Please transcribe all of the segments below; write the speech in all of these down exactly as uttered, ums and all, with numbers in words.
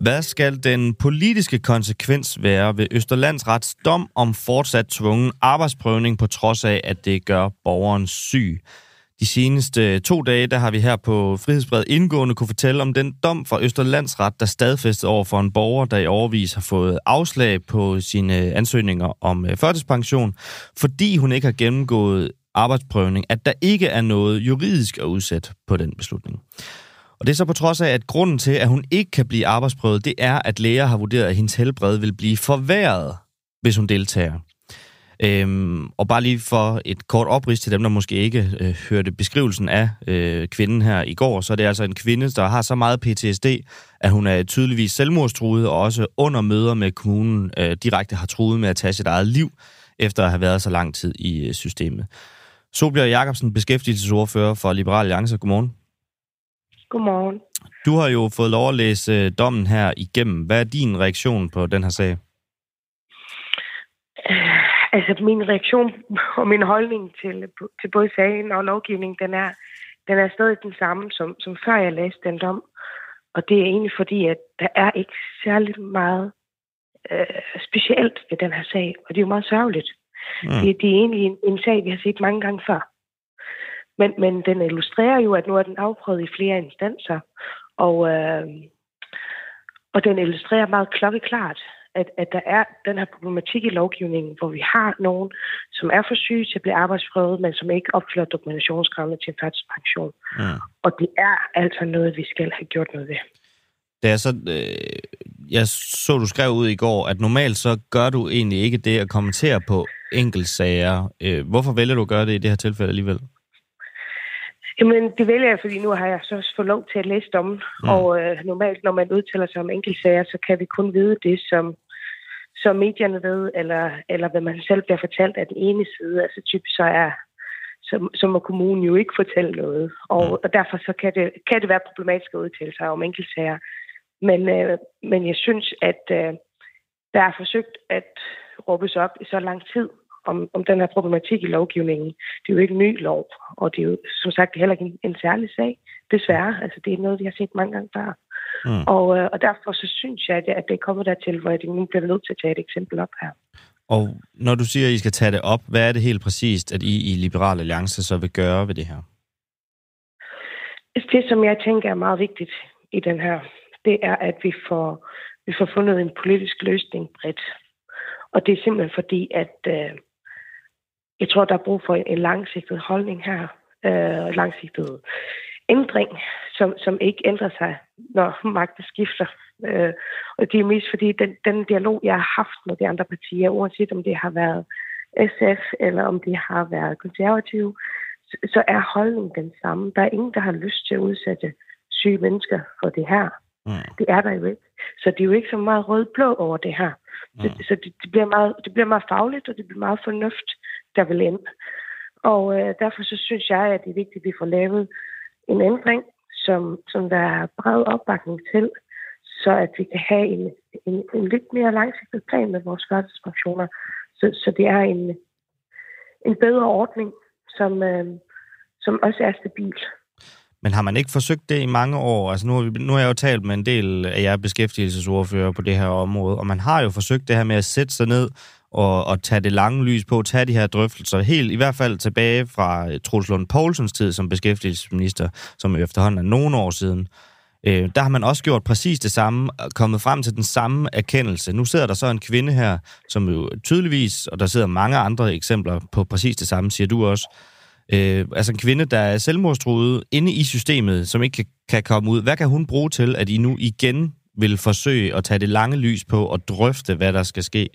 Hvad skal den politiske konsekvens være ved Østerlandsrets dom om fortsat tvungen arbejdsprøvning, på trods af, at det gør borgeren syg? De seneste to dage, der har vi her på Frihedsbrevet indgående kunne fortælle om den dom fra Østerlandsret, der stadfæstede over for en borger, der i årevis har fået afslag på sine ansøgninger om førtidspension, fordi hun ikke har gennemgået arbejdsprøvning, at der ikke er noget juridisk at udsætte på den beslutning. Og det er så på trods af, at grunden til, at hun ikke kan blive arbejdsprøvet, det er, at læger har vurderet, at hendes helbred vil blive forværret, hvis hun deltager. Øhm, og bare lige for et kort oprids til dem, der måske ikke øh, hørte beskrivelsen af øh, kvinden her i går, så er det altså en kvinde, der har så meget P T S D, at hun er tydeligvis selvmordstruet, og også under møder med kommunen øh, direkte har truet med at tage sit eget liv, efter at have været så lang tid i øh, systemet. Sólbjørg Jakobsen, beskæftigelsesordfører for Liberal Alliance. Godmorgen. Godmorgen. Du har jo fået lov at læse dommen her igennem. Hvad er din reaktion på den her sag? Uh, altså, min reaktion og min holdning til, til både sagen og lovgivningen, den er, den er stadig den samme, som, som før jeg læste den dom. Og det er egentlig fordi, at der er ikke særlig meget uh, specielt ved den her sag. Og det er jo meget sørgeligt. Mm. Det, det er egentlig en, en sag, vi har set mange gange før. Men, men den illustrerer jo, at nu er den afprøvet i flere instanser, og, øh, og den illustrerer meget klokkeklart, at, at der er den her problematik i lovgivningen, hvor vi har nogen, som er for syge til at blive arbejdsprøvet, men som ikke opfylder dokumentationskravene til en førtidspension. Ja. Og det er altså noget, vi skal have gjort noget ved. Det er så, øh, jeg så, du skrev ud i går, at normalt så gør du egentlig ikke det at kommentere på enkeltsager. Øh, hvorfor vælger du at gøre det i det her tilfælde alligevel? Jamen, det vælger jeg, fordi nu har jeg så også fået lov til at læse dommen. Mm. Og øh, normalt, når man udtaler sig om enkeltsager, så kan vi kun vide det, som, som medierne ved, eller, eller hvad man selv bliver fortalt af den ene side. Altså typisk så er, så, så må kommunen jo ikke fortælle noget. Og, mm. og derfor så kan det, kan det være problematisk at udtale sig om enkeltsager. Men, øh, men jeg synes, at øh, der er forsøgt at råbes op i så lang tid, Om, om den her problematik i lovgivningen. Det er jo ikke en ny lov, og det er jo som sagt heller ikke en, en særlig sag, desværre. Altså det er noget, vi har set mange gange før. Mm. Og, øh, og derfor så synes jeg, at det, at det er kommet dertil, hvor jeg nu bliver nødt til at tage et eksempel op her. Og når du siger, at I skal tage det op, hvad er det helt præcist, at I i Liberal Alliance så vil gøre ved det her? Det, som jeg tænker er meget vigtigt i den her, det er, at vi får, vi får fundet en politisk løsning bredt. Og det er simpelthen fordi, at øh, jeg tror, der er brug for en langsigtet holdning her, øh, langsigtet ændring, som, som ikke ændrer sig, når magten skifter. Øh, og det er mest fordi, den, den dialog, jeg har haft med de andre partier, uanset om det har været S F, eller om det har været konservative, så, så er holdningen den samme. Der er ingen, der har lyst til at udsætte syge mennesker for det her. Mm. Det er der jo ikke. Så det er jo ikke så meget rød-blå over det her. Mm. Så, så det, det, bliver meget, det bliver meget fagligt, og det bliver meget fornuft, der vil ind. Og øh, derfor så synes jeg, at det er vigtigt, at vi får lavet en ændring, som, som der er bred opbakning til, så at vi kan have en, en, en lidt mere langsigtet plan med vores førtidspensioner. Så, så det er en, en bedre ordning, som, øh, som også er stabil. Men har man ikke forsøgt det i mange år? Altså nu har, vi, nu har jeg jo talt med en del af jer beskæftigelsesordfører på det her område, og man har jo forsøgt det her med at sætte sig ned og, og tage det lange lys på, tage de her drøftelser, helt i hvert fald tilbage fra Troels Lund Poulsens tid som beskæftigelsesminister, som efterhånden er nogle år siden. Øh, der har man også gjort præcis det samme, kommet frem til den samme erkendelse. Nu sidder der så en kvinde her, som jo tydeligvis, og der sidder mange andre eksempler på præcis det samme, siger du også, Øh, altså en kvinde, der er selvmordstruet inde i systemet, som ikke kan, kan komme ud. Hvad kan hun bruge til, at I nu igen vil forsøge at tage det lange lys på og drøfte, hvad der skal ske?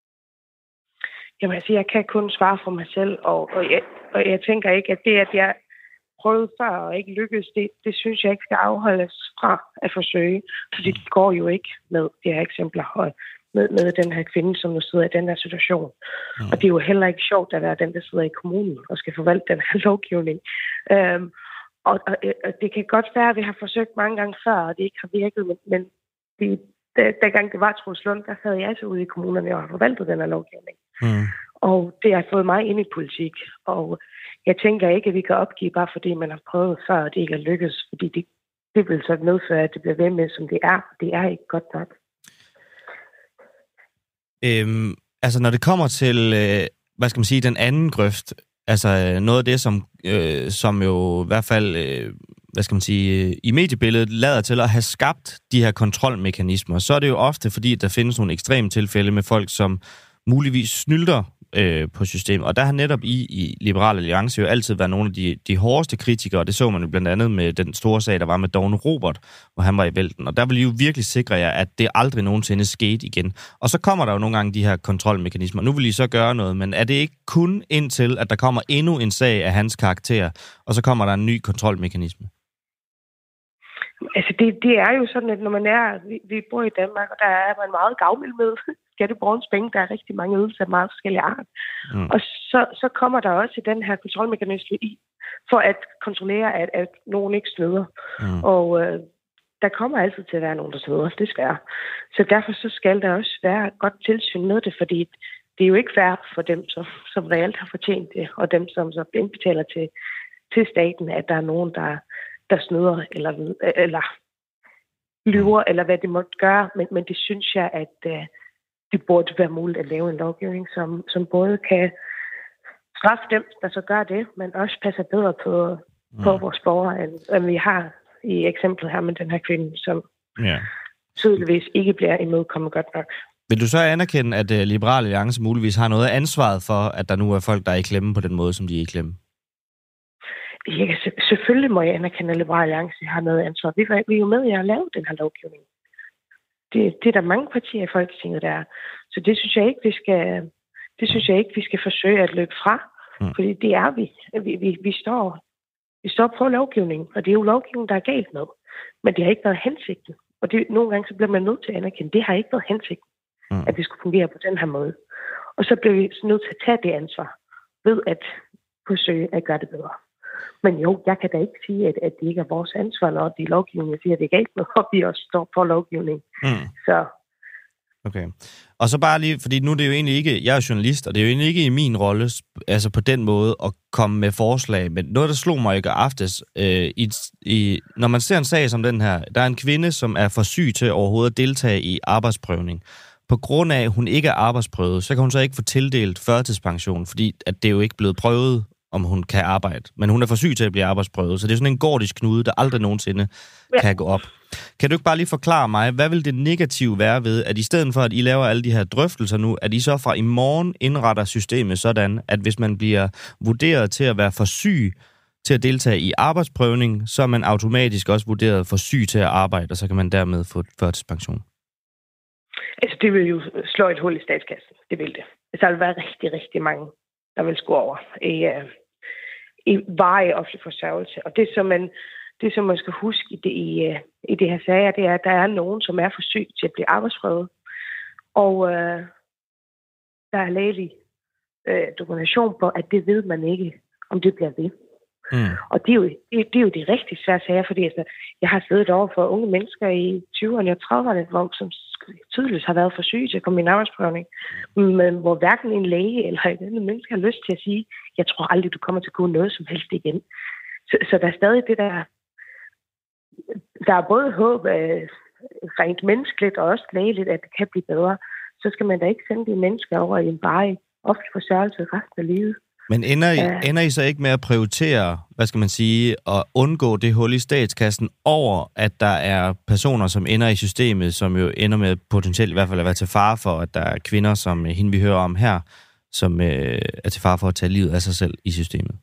Jamen altså, jeg kan kun svare for mig selv, og, og, jeg, og jeg tænker ikke, at det, at jeg prøvede før og ikke lykkedes, det, det synes jeg ikke skal afholdes fra at forsøge. Fordi det går jo ikke med de her eksempler med, med den her kvinde, som nu sidder i den her situation. Mm. Og det er jo heller ikke sjovt at være den, der sidder i kommunen og skal forvalte den her lovgivning. Øhm, og, og, og det kan godt være, at vi har forsøgt mange gange før, og det ikke har virket, men, men det, da gang det var Troels Lund, der sad jeg så ude i kommunerne og har forvaltet den her lovgivning. Mm. Og det har fået mig ind i politik. Og jeg tænker ikke, at vi kan opgive, bare fordi man har prøvet før, og det ikke er lykkedes. Fordi det, det vil så medføre, at det bliver ved med, som det er. Det er ikke godt nok. Øhm, altså, når det kommer til, øh, hvad skal man sige, den anden grøft, altså noget af det, som, øh, som jo i hvert fald, øh, hvad skal man sige, i mediebilledet lader til at have skabt de her kontrolmekanismer, så er det jo ofte, fordi der findes nogle ekstreme tilfælde med folk, som muligvis snylter øh, på systemet. Og der har netop I i Liberal Alliance jo altid været nogle af de, de hårdeste kritikere, og det så man jo blandt andet med den store sag, der var med Dovne Robert, hvor han var i vælten. Og der vil I jo virkelig sikre jer, at det aldrig nogensinde skete igen. Og så kommer der jo nogle gange de her kontrolmekanismer. Nu vil I så gøre noget, men er det ikke kun indtil, at der kommer endnu en sag af hans karakter, og så kommer der en ny kontrolmekanisme? Altså, det, det er jo sådan, at når man er... Vi, vi bor i Danmark, og der er man meget gavmild med skatteborgernes penge. Der er rigtig mange ydelser af meget forskellige art. Mm. Og så, så kommer der også den her kontrolmekanisme i, for at kontrollere, at, at nogen ikke snyder. Mm. Og øh, der kommer altid til at være nogen, der snyder, desværre. Så derfor så skal der også være godt tilsyn med det, fordi det er jo ikke fair for dem, som, som reelt har fortjent det, og dem, som så indbetaler til, til staten, at der er nogen, der... der snyder, eller, eller lyver, eller hvad det måtte gøre. Men, men det synes jeg, at uh, det burde være muligt at lave en lovgivning, som, som både kan straffe dem, der så gør det, men også passer bedre på, mm. på vores borgere, end, end vi har i eksemplet her med den her kvinde, som yeah. tydeligvis ikke bliver imødekommet godt nok. Vil du så anerkende, at uh, Liberal Alliance muligvis har noget af ansvaret for, at der nu er folk, der er i klemme på den måde, som de er i klemme? Ja, selvfølgelig må jeg anerkende, at Liberal Alliance har noget ansvar. Vi er, vi er jo med i at lave den her lovgivning. Det, det er der mange partier i Folketinget, der er. Så det synes jeg ikke, vi skal, det synes jeg ikke, vi skal forsøge at løbe fra. Mm. Fordi det er vi. Vi, vi, vi, står, vi står på lovgivningen, og det er jo lovgivningen, der er galt med. Men det har ikke været hensigten. Og det, nogle gange så bliver man nødt til at anerkende, det har ikke været hensigten, mm. at vi skulle fungere på den her måde. Og så bliver vi nødt til at tage det ansvar ved at forsøge at gøre det bedre. Men jo, jeg kan da ikke sige, at, at det ikke er vores ansvar, når de lovgivninger siger, at det er galt med, og vi også står for lovgivning. Mm. Så. Okay. Og så bare lige, fordi nu er det jo egentlig ikke, jeg er journalist, og det er jo egentlig ikke i min rolle, altså på den måde, at komme med forslag. Men noget, der slog mig i går aftes, øh, i, i, når man ser en sag som den her, der er en kvinde, som er for syg til overhovedet at deltage i arbejdsprøvning. På grund af, at hun ikke er arbejdsprøvet, så kan hun så ikke få tildelt førtidspension, fordi at det er jo ikke blevet prøvet, om hun kan arbejde. Men hun er for syg til at blive arbejdsprøvet, så det er sådan en gordisk knude, der aldrig nogensinde ja. kan gå op. Kan du ikke bare lige forklare mig, hvad vil det negative være ved, at i stedet for, at I laver alle de her drøftelser nu, at I så fra i morgen indretter systemet sådan, at hvis man bliver vurderet til at være for syg til at deltage i arbejdsprøvning, så er man automatisk også vurderet for syg til at arbejde, og så kan man dermed få førtidspension? Altså, det vil jo slå et hul i statskassen. Det vil det. Altså, der vil være rigtig, rigtig mange, der vil gå over i, uh, i varig offentlig forsørgelse. Og det, som man, det, som man skal huske i det, i, uh, i det her sager, det er, at der er nogen, som er for syg til at blive arbejdsprøvet. Og uh, der er lægelig uh, dokumentation på, at det ved man ikke, om det bliver ved. Mm. Og det er, jo, det, det er jo de rigtig svære sager, fordi altså, jeg har siddet over for unge mennesker i tyverne og trediverne, hvor, som tydeligvis har været for syge til at komme i en arbejdsprøvning, men hvor hverken en læge eller et andet menneske har lyst til at sige, jeg tror aldrig, du kommer til at kunne noget som helst igen. Så, så der er stadig det der, der er både håb øh, rent menneskeligt og også lægeligt, at det kan blive bedre. Så skal man da ikke sende de mennesker over i en varig offentlig forsørgelse resten af livet. Men ender I, ja. ender I så ikke med at prioritere, hvad skal man sige, at undgå det hul i statskassen over, at der er personer, som ender i systemet, som jo ender med potentielt i hvert fald at være til fare for, at der er kvinder, som hende vi hører om her, som øh, er til fare for at tage livet af sig selv i systemet?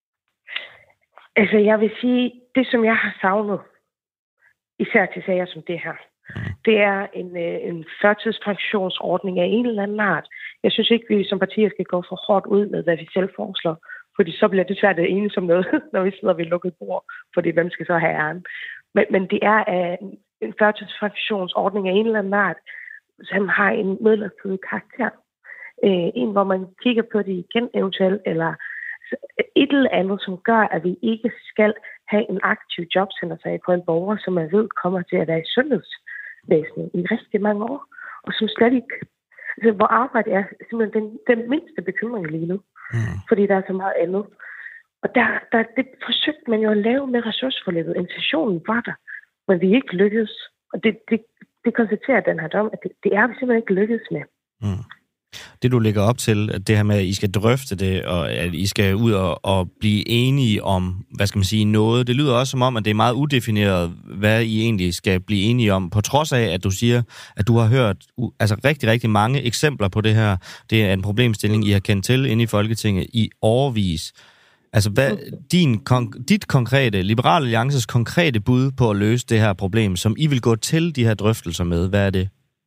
Altså, jeg vil sige, det som jeg har savnet, især til sager som det her, mm. det er en, en førtidspensionsordning af en eller anden art. Jeg synes ikke, vi som partier skal gå for hårdt ud med, hvad vi selv foreslår, fordi så bliver det svært at enes om noget, når vi sidder ved lukket bord, fordi hvem skal så have æren. Men, men det er uh, en førtidspensionsordning af en eller anden art, som har en midlertidig karakter. Uh, en, hvor man kigger på det igen eventuelt, eller et eller andet, som gør, at vi ikke skal have en aktiv jobcenter på en borger, som man ved kommer til at være i sundhedsvæsenet i rigtig mange år, og som slet ikke, altså, hvor arbejde er simpelthen den, den mindste bekymring lige nu, mm. fordi der er så meget andet. Og der, der, det forsøgte man jo at lave med ressourceforløbet. Intentionen var der, Men vi er ikke lykkedes. Og det, det, det konstaterer den her dom, at det, det er vi simpelthen ikke lykkedes med. Mm. Det, du lægger op til, at det her med, at I skal drøfte det, og at I skal ud og, og blive enige om, hvad skal man sige, noget, det lyder også som om, at det er meget udefineret, hvad I egentlig skal blive enige om, på trods af, at du siger, at du har hørt altså rigtig, rigtig mange eksempler på det her. Det er en problemstilling, I har kendt til inde i Folketinget i årevis. Altså, hvad, din, kon- dit konkrete, Liberal Alliances konkrete bud på at løse det her problem, som I vil gå til de her drøftelser med, hvad er det?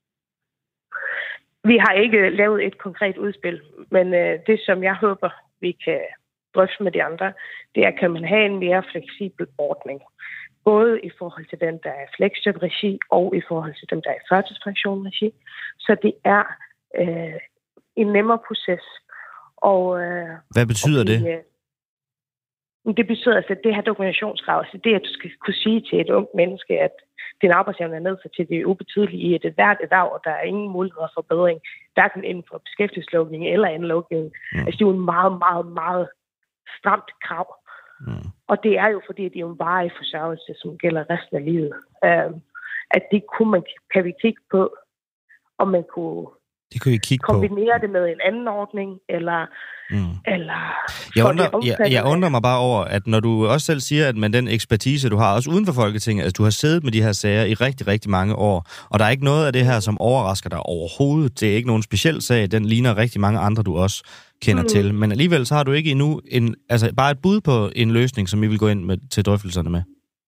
Vi har ikke lavet et konkret udspil, men øh, det, som jeg håber, vi kan drøfte med de andre, det er, kan man have en mere fleksibel ordning. Både i forhold til dem, der er flexjob-regi, og i forhold til dem, der er førtidspension-regi. Så det er øh, en nemmere proces. Og, øh, Hvad betyder og det? det? Øh, det betyder altså, at det her dokumentationskrav, altså det, at du skal kunne sige til et ungt menneske, at din arbejdsevne er nedsat til det ubetydelige i et hvert erhverv, og der er ingen muligheder for bedring, hverken inden for beskæftigelseslovgivning eller anden lovgivning. Mm. Altså, det er jo en meget, meget, meget stramt krav. Mm. Og det er jo, fordi det er jo en varig forsørgelse, som gælder resten af livet. Uh, at det kunne man, kan vi kigge på, om man kunne det kunne I kigge kombinere på. det med en anden ordning, eller... Mm. eller jeg, undrer, jeg, jeg undrer mig bare over, at når du også selv siger, at med den ekspertise, du har, også uden for Folketinget, altså du har siddet med de her sager i rigtig, rigtig mange år, og der er ikke noget af det her, som overrasker dig overhovedet. Det er ikke nogen speciel sag, den ligner rigtig mange andre, du også kender mm. til. Men alligevel så har du ikke endnu en, altså bare et bud på en løsning, som I vil gå ind med til drøftelserne med.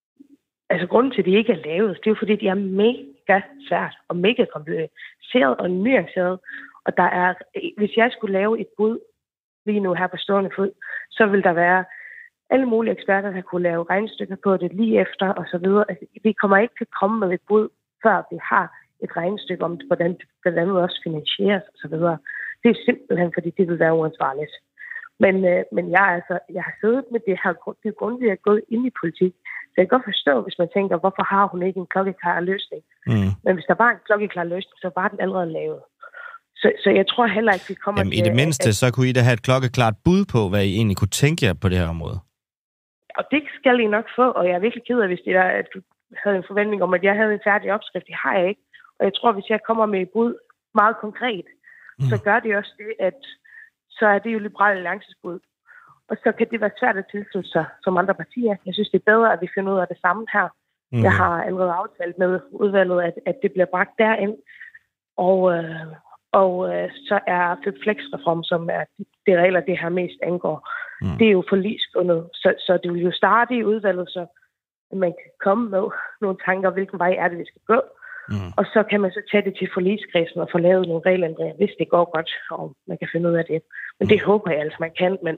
Altså grunden til, at de ikke er lavet, det er jo fordi, de er mega svært og mega kompliceret og nuanceret. Og der er, hvis jeg skulle lave et bud lige nu her på stående fod, så vil der være alle mulige eksperter, der kunne lave regnestykker på det lige efter og så videre. Altså, vi kommer ikke til at komme med et bud, før vi har et regnestykke om, hvordan det blandt andet også finansieres og så videre. Det er simpelthen, fordi det vil være uansvarligt. Men, øh, men jeg, altså, jeg har siddet med det her, det er grund til, at jeg er gået ind i politik. Så jeg kan godt forstå, hvis man tænker, hvorfor har hun ikke en klokkeklar løsning? Mm. Men hvis der var en klokkeklar løsning, så var den allerede lavet. Så, så jeg tror heller ikke, vi kommer Jamen, til... i det mindste, at, så kunne I da have et klokkeklart bud på, hvad I egentlig kunne tænke jer på det her område. Og det skal I nok få, og jeg er virkelig ked af, hvis det der, at du havde en forventning om, at jeg havde en færdig opskrift. Det har jeg ikke. Og jeg tror, hvis jeg kommer med et bud meget konkret, mm. så gør det også det, at så er det jo Liberal Alliances bud. Og så kan det være svært at tilslutte sig som andre partier. Jeg synes, det er bedre, at vi finder ud af det samme her. Mm. Jeg har allerede aftalt med udvalget, at, at det bliver bragt derind. Og, øh, og øh, så er Flex-reform, som er det regler, det her mest angår, mm. det er jo forligsbundet. Så, så det vil jo starte i udvalget, så man kan komme med nogle tanker, hvilken vej er det, vi skal gå. Mm. Og så kan man så tage det til forligskredsen og få lavet nogle regelændringer, hvis det går godt, og man kan finde ud af det. Men det mm. håber jeg altså, man kan. Men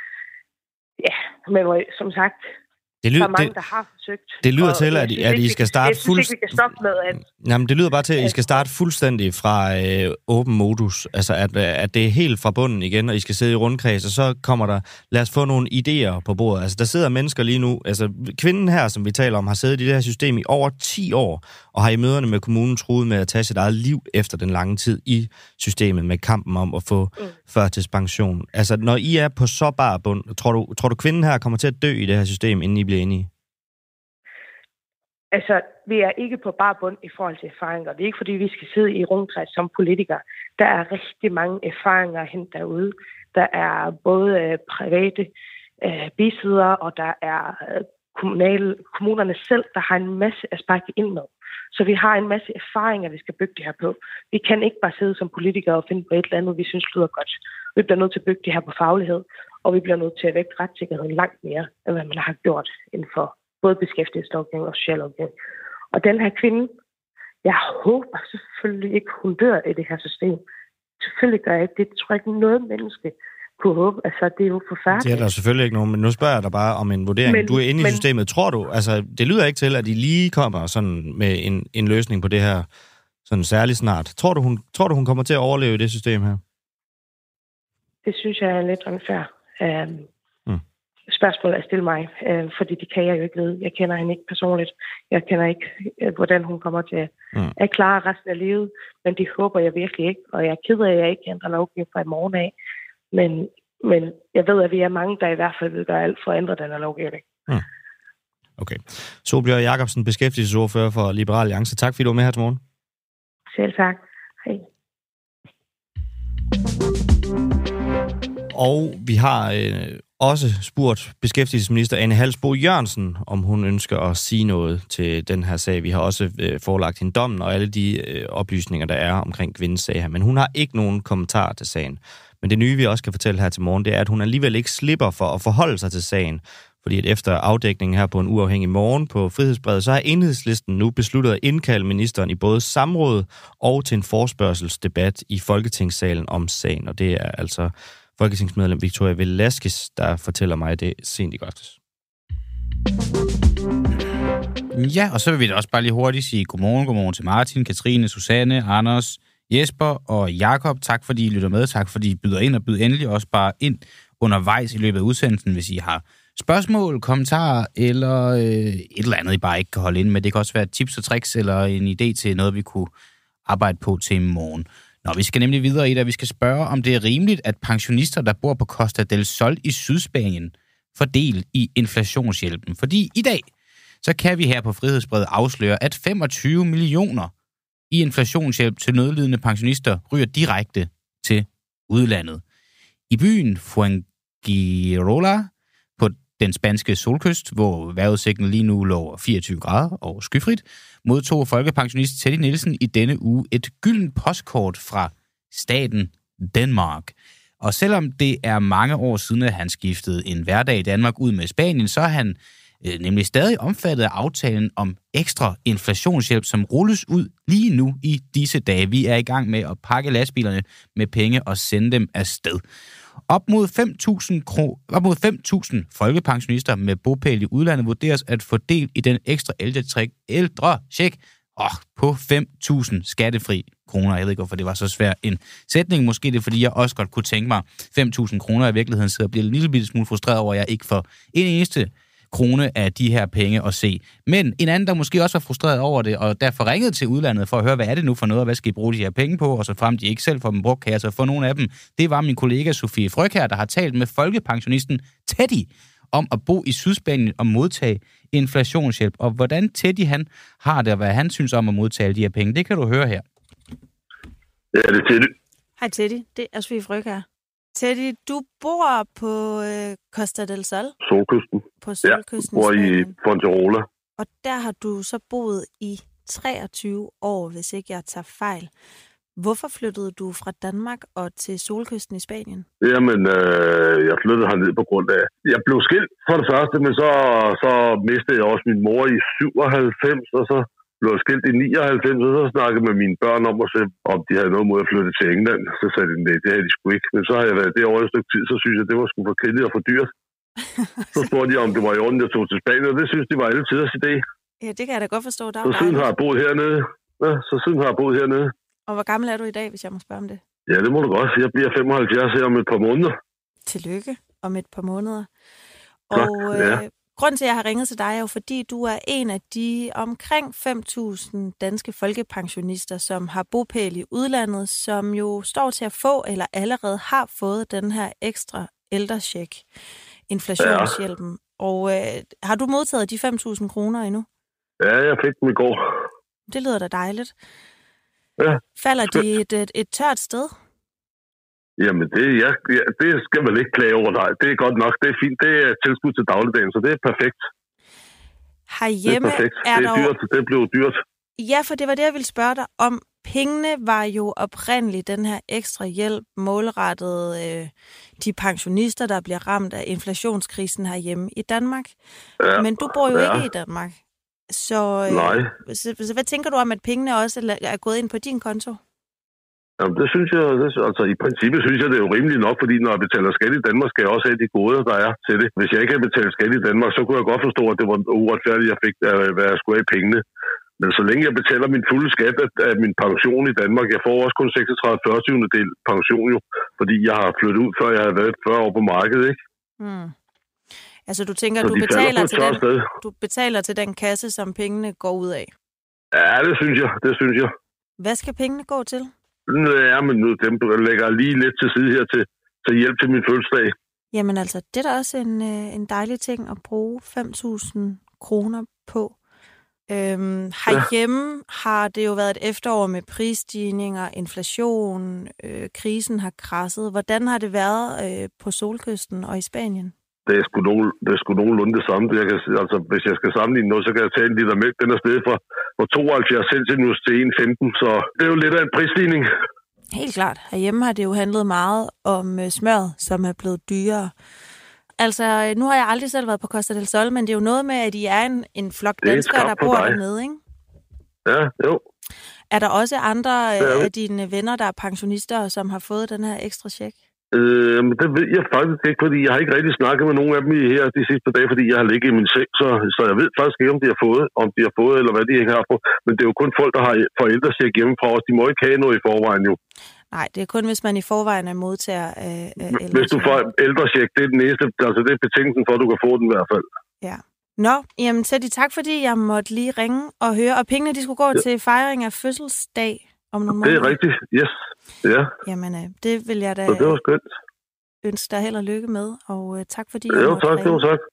ja, men som sagt, det lyder, der er mange, det, der har forsøgt. Det lyder til, at, at I skal starte fuldstændig... Det lyder bare til, at I skal starte fuldstændig fra øh, åben modus. Altså, at, at det er helt fra bunden igen, og I skal sidde i rundkreds, og så kommer der... Lad os få nogle idéer på bordet. Altså, der sidder mennesker lige nu... Altså, kvinden her, som vi taler om, har siddet i det her system i over ti år, og har i møderne med kommunen truet med at tage sit eget liv efter den lange tid i systemet med kampen om at få mm. førtidspension. Altså, når I er på så bar bund, tror du, tror du, kvinden her kommer til at dø i det her system, inden I bliver enige? Altså, vi er ikke på bar bund i forhold til erfaringer. Det er ikke, fordi vi skal sidde i rundkreds som politikere. Der er rigtig mange erfaringer at hente derude. Der er både øh, private øh, bisider, og der er øh, kommunale, kommunerne selv, der har en masse at sparke ind med. Så vi har en masse erfaringer, vi skal bygge det her på. Vi kan ikke bare sidde som politikere og finde på et eller andet, vi synes lyder godt. Vi bliver nødt til at bygge det her på faglighed, og vi bliver nødt til at vægte retssikkerheden langt mere, end hvad man har gjort inden for både beskæftigelseslovgivning og sociallovgivning. Og den her kvinde, jeg håber selvfølgelig ikke, hun dør i det her system. Selvfølgelig gør jeg ikke det. Det tror jeg ikke noget menneske kunne håbe. Altså, det er jo forfærdeligt. Det er der selvfølgelig ikke nogen, men nu spørger jeg dig bare om en vurdering. Men, du er inde i men, systemet. Tror du, altså, det lyder ikke til, at de lige kommer sådan med en, en løsning på det her sådan særligt snart. Tror du, hun, tror du, hun kommer til at overleve i det system her? Det synes jeg er lidt unfair. Um, mm. Spørgsmålet er stille mig, uh, fordi det kan jeg jo ikke vide. Jeg kender hende ikke personligt. Jeg kender ikke, uh, hvordan hun kommer til mm. at klare resten af livet, men det håber jeg virkelig ikke. Og jeg er ked af, at jeg ikke ændrer lovgivning fra i morgen af. Men, men jeg ved, at vi er mange, der i hvert fald vil gøre alt for at ændre den her lovgivning. Mm. Okay. Sólbjørg Jakobsen, beskæftigelsesordfører for Liberal Alliance. Tak fordi du var med her til morgen. Selv tak. Hej. Og vi har øh, også spurgt beskæftigelsesminister Ane Halsboe Jørgensen, om hun ønsker at sige noget til den her sag. Vi har også øh, forelagt hende dommen og alle de øh, oplysninger, der er omkring kvindens sag her. Men hun har ikke nogen kommentar til sagen. Men det nye, vi også kan fortælle her til morgen, det er, at hun alligevel ikke slipper for at forholde sig til sagen. Fordi at efter afdækningen her på en uafhængig morgen på Frihedsbrevet, så har Enhedslisten nu besluttet at indkalde ministeren i både samråd og til en forespørgselsdebat i Folketingssalen om sagen. Og det er altså folketingsmedlem Victoria Velasquez, der fortæller mig det sent i godt. Ja, og så vil vi da også bare lige hurtigt sige godmorgen, godmorgen til Martin, Katrine, Susanne, Anders, Jesper og Jakob. Tak fordi I lytter med, tak fordi I byder ind, og byder endelig også bare ind undervejs i løbet af udsendelsen, hvis I har spørgsmål, kommentarer eller øh, et eller andet, I bare ikke kan holde ind med. Det kan også være tips og tricks eller en idé til noget, vi kunne arbejde på til i morgen. Nå, vi skal nemlig videre i det, vi skal spørge, om det er rimeligt, at pensionister, der bor på Costa del Sol i Sydspanien, får del i inflationshjælpen. Fordi i dag, så kan vi her på Frihedsbrevet afsløre, at femogtyve millioner i inflationshjælp til nødlidende pensionister ryger direkte til udlandet. I byen Fuengirola på den spanske solkyst, hvor vejrudsigten lige nu lå fireogtyve grader og skyfrit, modtog folkepensionist Teddy Nielsen i denne uge et gyldent postkort fra staten Danmark. Og selvom det er mange år siden, at han skiftede en hverdag i Danmark ud med Spanien, så er han øh, nemlig stadig omfattet af aftalen om ekstra inflationshjælp, som rulles ud lige nu i disse dage. Vi er i gang med at pakke lastbilerne med penge og sende dem afsted. Op mod fem tusind kro- op mod fem tusind folkepensionister med bopæl i udlandet vurderes at få del i den ekstra ældrecheck oh, på fem tusind skattefri kroner. Jeg ved ikke, hvorfor det var så svær en sætning. Måske det er, fordi jeg også godt kunne tænke mig fem tusind kroner. I virkeligheden sidder og bliver en lille smule frustreret over, at jeg ikke får en eneste krone af de her penge at se. Men en anden, der måske også var frustreret over det, og derfor ringede til udlandet for at høre, hvad er det nu for noget, og hvad skal I bruge de her penge på, og så frem de ikke selv får dem brugt, kan jeg så få nogle af dem. Det var min kollega Sofie Frøkjær, der har talt med folkepensionisten Teddy om at bo i Sydspanien og modtage inflationshjælp. Og hvordan Teddy han har det, og hvad han synes om at modtage de her penge, det kan du høre her. Ja, det er Teddy. Hej Teddy, det er Sofie Frøkjær. Teddy, du bor på øh, Costa del Sol. Solkysten. På Solkysten. Ja, bor i Fuengirola. Og der har du så boet i treogtyve år, hvis ikke jeg tager fejl. Hvorfor flyttede du fra Danmark og til Solkysten i Spanien? Jamen, øh, jeg flyttede herned på grund af... Jeg blev skilt for det første, men så, så mistede jeg også min mor i syvoghalvfems, og så blev jeg skilt i nioghalvfems, og så snakkede med mine børn om, at se, om de havde noget mod at flytte til England. Så sagde de, nej, det havde de sgu ikke. Men så har jeg været derovre et stykke tid, så synes jeg, det var sgu for kedeligt og for dyrt. Så spurgte de, om det var i orden, jeg tog til Spanien, og det synes de var alle tiders idé. Ja, det kan jeg da godt forstå. Der så siden har jeg boet hernede. Ja, så siden har jeg boet hernede. Og hvor gammel er du i dag, hvis jeg må spørge om det? Ja, det må du godt. Jeg bliver femoghalvfjerds her om et par måneder. Tillykke om et par måneder. Tak, og ja. øh, grunden til, at jeg har ringet til dig, er jo fordi, du er en af de omkring fem tusind danske folkepensionister, som har bopæl i udlandet, som jo står til at få, eller allerede har fået den her ekstra ældrecheck, inflationshjælpen. Ja. Og øh, har du modtaget de fem tusind kroner endnu? Ja, jeg fik dem i går. Det lyder da dejligt. Ja. Falder de et, et, et tørt sted? Jamen, det, ja, det skal man ikke klage over dig. Det er godt nok. Det er fint. Det er tilskud til dagligdagen, så det er perfekt. Herhjemme det er, perfekt. er det er dyrt. Det blev dyrt. Ja, for det var det, jeg ville spørge dig om. Pengene var jo oprindeligt den her ekstra hjælp målrettet øh, de pensionister, der bliver ramt af inflationskrisen herhjemme i Danmark. Ja. Men du bor jo ja. ikke i Danmark. Så, øh, Nej. Så, så hvad tænker du om, at pengene også er gået ind på din konto? Jamen, det synes jeg, det, altså i princippet synes jeg, det er jo rimeligt nok, fordi når jeg betaler skat i Danmark, skal jeg også have de goder, der er til det. Hvis jeg ikke havde betalt skat i Danmark, så kunne jeg godt forstå, at det var uretfærdigt, at jeg fik, hvad jeg skulle have i pengene. Men så længe jeg betaler min fulde skat af min pension i Danmark, jeg får også kun seksogtredive fyrre del pension jo, fordi jeg har flyttet ud, før jeg havde været fyrre år på markedet, ikke? Hmm. Altså du tænker, så du de betaler, til den, sted. du betaler til den kasse, som pengene går ud af? Ja, det synes jeg, det synes jeg. Hvad skal pengene gå til? Ja, men nu dem lægger jeg lige lidt til side her til, til hjælp til min fødselsdag. Jamen altså, det er da også en, en dejlig ting at bruge fem tusind kroner på. Øhm, herhjemme ja. har det jo været et efterår med prisstigninger, inflation, øh, krisen har krasset. Hvordan har det været øh, på Solkysten og i Spanien? Det er sgu, nogen, det er sgu nogenlunde det samme. Jeg kan, altså, hvis jeg skal sammenligne noget, så kan jeg tage en liter mælk. Den er stedet fra, fra tooghalvfjerds cent til en komma femten, så det er jo lidt af en prisstigning. Helt klart. Herhjemme har det jo handlet meget om øh, smøret, som er blevet dyrere. Altså, nu har jeg aldrig selv været på Costa del Sol, men det er jo noget med, at I er en, en flok danskere, der bor dernede, ikke? Ja, jo. Er der også andre af dine venner, der er pensionister, som har fået den her ekstra check? Øh, men det ved jeg faktisk ikke, fordi jeg har ikke rigtig snakket med nogen af dem i her de sidste par dage, fordi jeg har ligget i min seng, så, så jeg ved faktisk ikke, om de har fået, om de har fået, eller hvad de ikke har fået. Men det er jo kun folk, der har forældrecheck hjemmefra os. De må ikke have noget i forvejen jo. Nej, det er kun, hvis man i forvejen er modtager af ældrecheck. Hvis du får ældrecheck, det er den eneste, altså det er betingelsen for, at du kan få den i hvert fald. Ja. Nå, jamen Teddy, tak fordi jeg måtte lige ringe og høre. Og pengene, de skulle gå ja. til fejring af fødselsdag om nogle måneder. Det er rigtigt, yes. Ja. Jamen, det vil jeg da... Så det var skønt. Ønsker dig held og lykke med, og uh, tak fordi jeg jo, tak, jo, tak.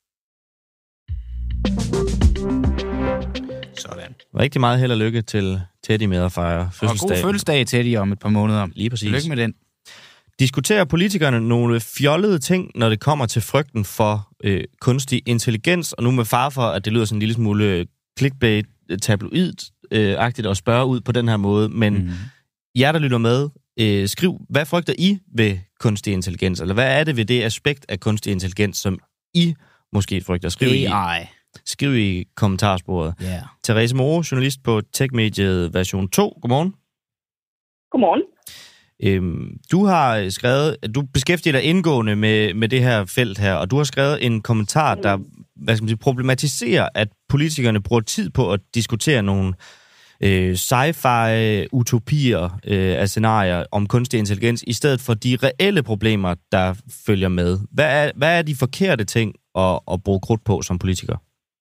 Sådan. Rigtig meget held og lykke til Teddy med at fejre fødselsdag. Og god fødselsdag, Teddy, om et par måneder. Lige præcis. Lykke med den. Diskuterer politikerne nogle fjollede ting, når det kommer til frygten for øh, kunstig intelligens, og nu med far for, at det lyder sådan en lille smule clickbait, tabloid-agtigt at spørge ud på den her måde, men mm. jer, der lytter med, øh, skriv, hvad frygter I ved kunstig intelligens, eller hvad er det ved det aspekt af kunstig intelligens, som I måske frygter? Skriv i, skriv i kommentarsporet. Yeah. Therese Moe, journalist på Techmediet Version to. Godmorgen. Godmorgen. Øhm, du har skrevet, du beskæftiger dig indgående med, med det her felt her, og du har skrevet en kommentar, der hvad skal man sige, problematiserer, at politikerne bruger tid på at diskutere nogle øh, sci-fi-utopier øh, af scenarier om kunstig intelligens, i stedet for de reelle problemer, der følger med. Hvad er, hvad er de forkerte ting at, at bruge krudt på som politiker?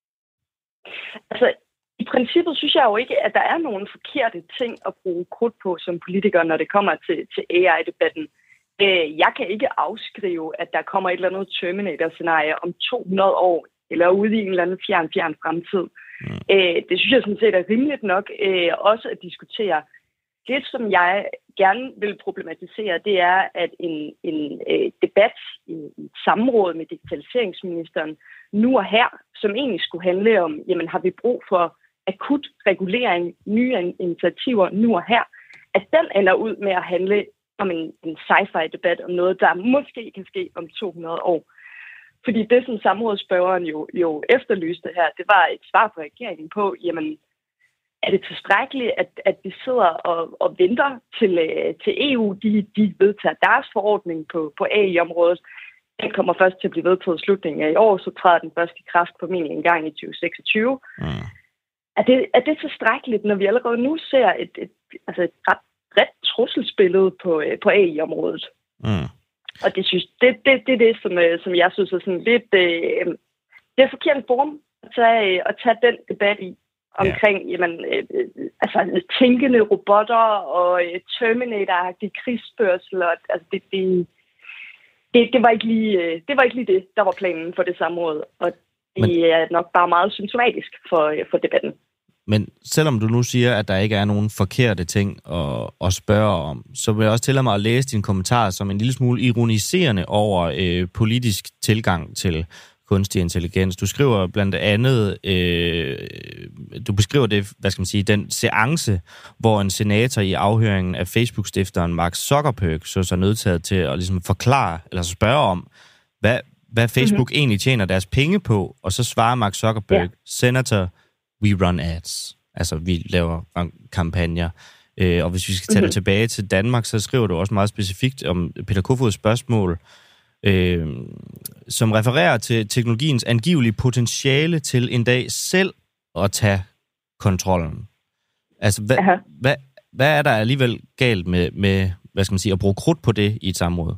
Altså, i princippet synes jeg jo ikke, at der er nogen forkerte ting at bruge krudt på som politiker, når det kommer til, til A I-debatten. Jeg kan ikke afskrive, at der kommer et eller andet Terminator-scenarie om to hundrede år, eller ude i en eller anden fjern, fjern fremtid. Mm. Det synes jeg sådan set er rimeligt nok også at diskutere. Det, som jeg gerne vil problematisere, det er, at en, en debat i et samråd med digitaliseringsministeren nu og her, som egentlig skulle handle om, jamen har vi brug for akut regulering, nye initiativer nu og her, at den ender ud med at handle om en, en sci-fi-debat, om noget, der måske kan ske om to hundrede år. Fordi det, som samrådsspørgeren jo, jo efterlyste her, det var et svar på regeringen på, jamen, er det tilstrækkeligt, at, at vi sidder og, og venter til, til E U, de, de vedtager deres forordning på, på A I-området. Den kommer først til at blive vedtaget i slutningen af i år, så træder den først i kraft på min en gang i tyve seksogtyve. Mm. Er det, er det tilstrækkeligt, når vi allerede nu ser et, et, altså et ret bredt trusselsbillede på, på A I-området? Mm. Og det, synes, det, det, det er det, som, som jeg synes er sådan lidt... Øh, det er forkert form at tage, at tage den debat i omkring yeah. jamen, øh, altså, tænkende robotter og øh, Terminator-agtige krigsspørgsel. Og, altså, det, det, det, det, var ikke lige, øh, det var ikke lige det, der var planen for det samråd. Og det Men... er nok bare meget symptomatisk for, øh, for debatten. Men selvom du nu siger, at der ikke er nogen forkerte ting at, at spørge om, så vil jeg også tillade mig at læse dine kommentarer som en lille smule ironiserende over øh, politisk tilgang til kunstig intelligens. Du skriver blandt andet, øh, du beskriver det, hvad skal man sige, den seance, hvor en senator i afhøringen af Facebook-stifteren Mark Zuckerberg så sig nødtaget til at ligesom forklare, eller spørge om, hvad, hvad Facebook mm-hmm. egentlig tjener deres penge på, og så svarer Mark Zuckerberg, ja. Senator, we run ads. Altså, vi laver kampagner. Øh, og hvis vi skal tage mm-hmm. det tilbage til Danmark, så skriver du også meget specifikt om Peter Kofods spørgsmål, øh, som refererer til teknologiens angivelige potentiale til en dag selv at tage kontrollen. Altså, hvad, hvad, hvad er der alligevel galt med, med, hvad skal man sige, at bruge krudt på det i et samråd?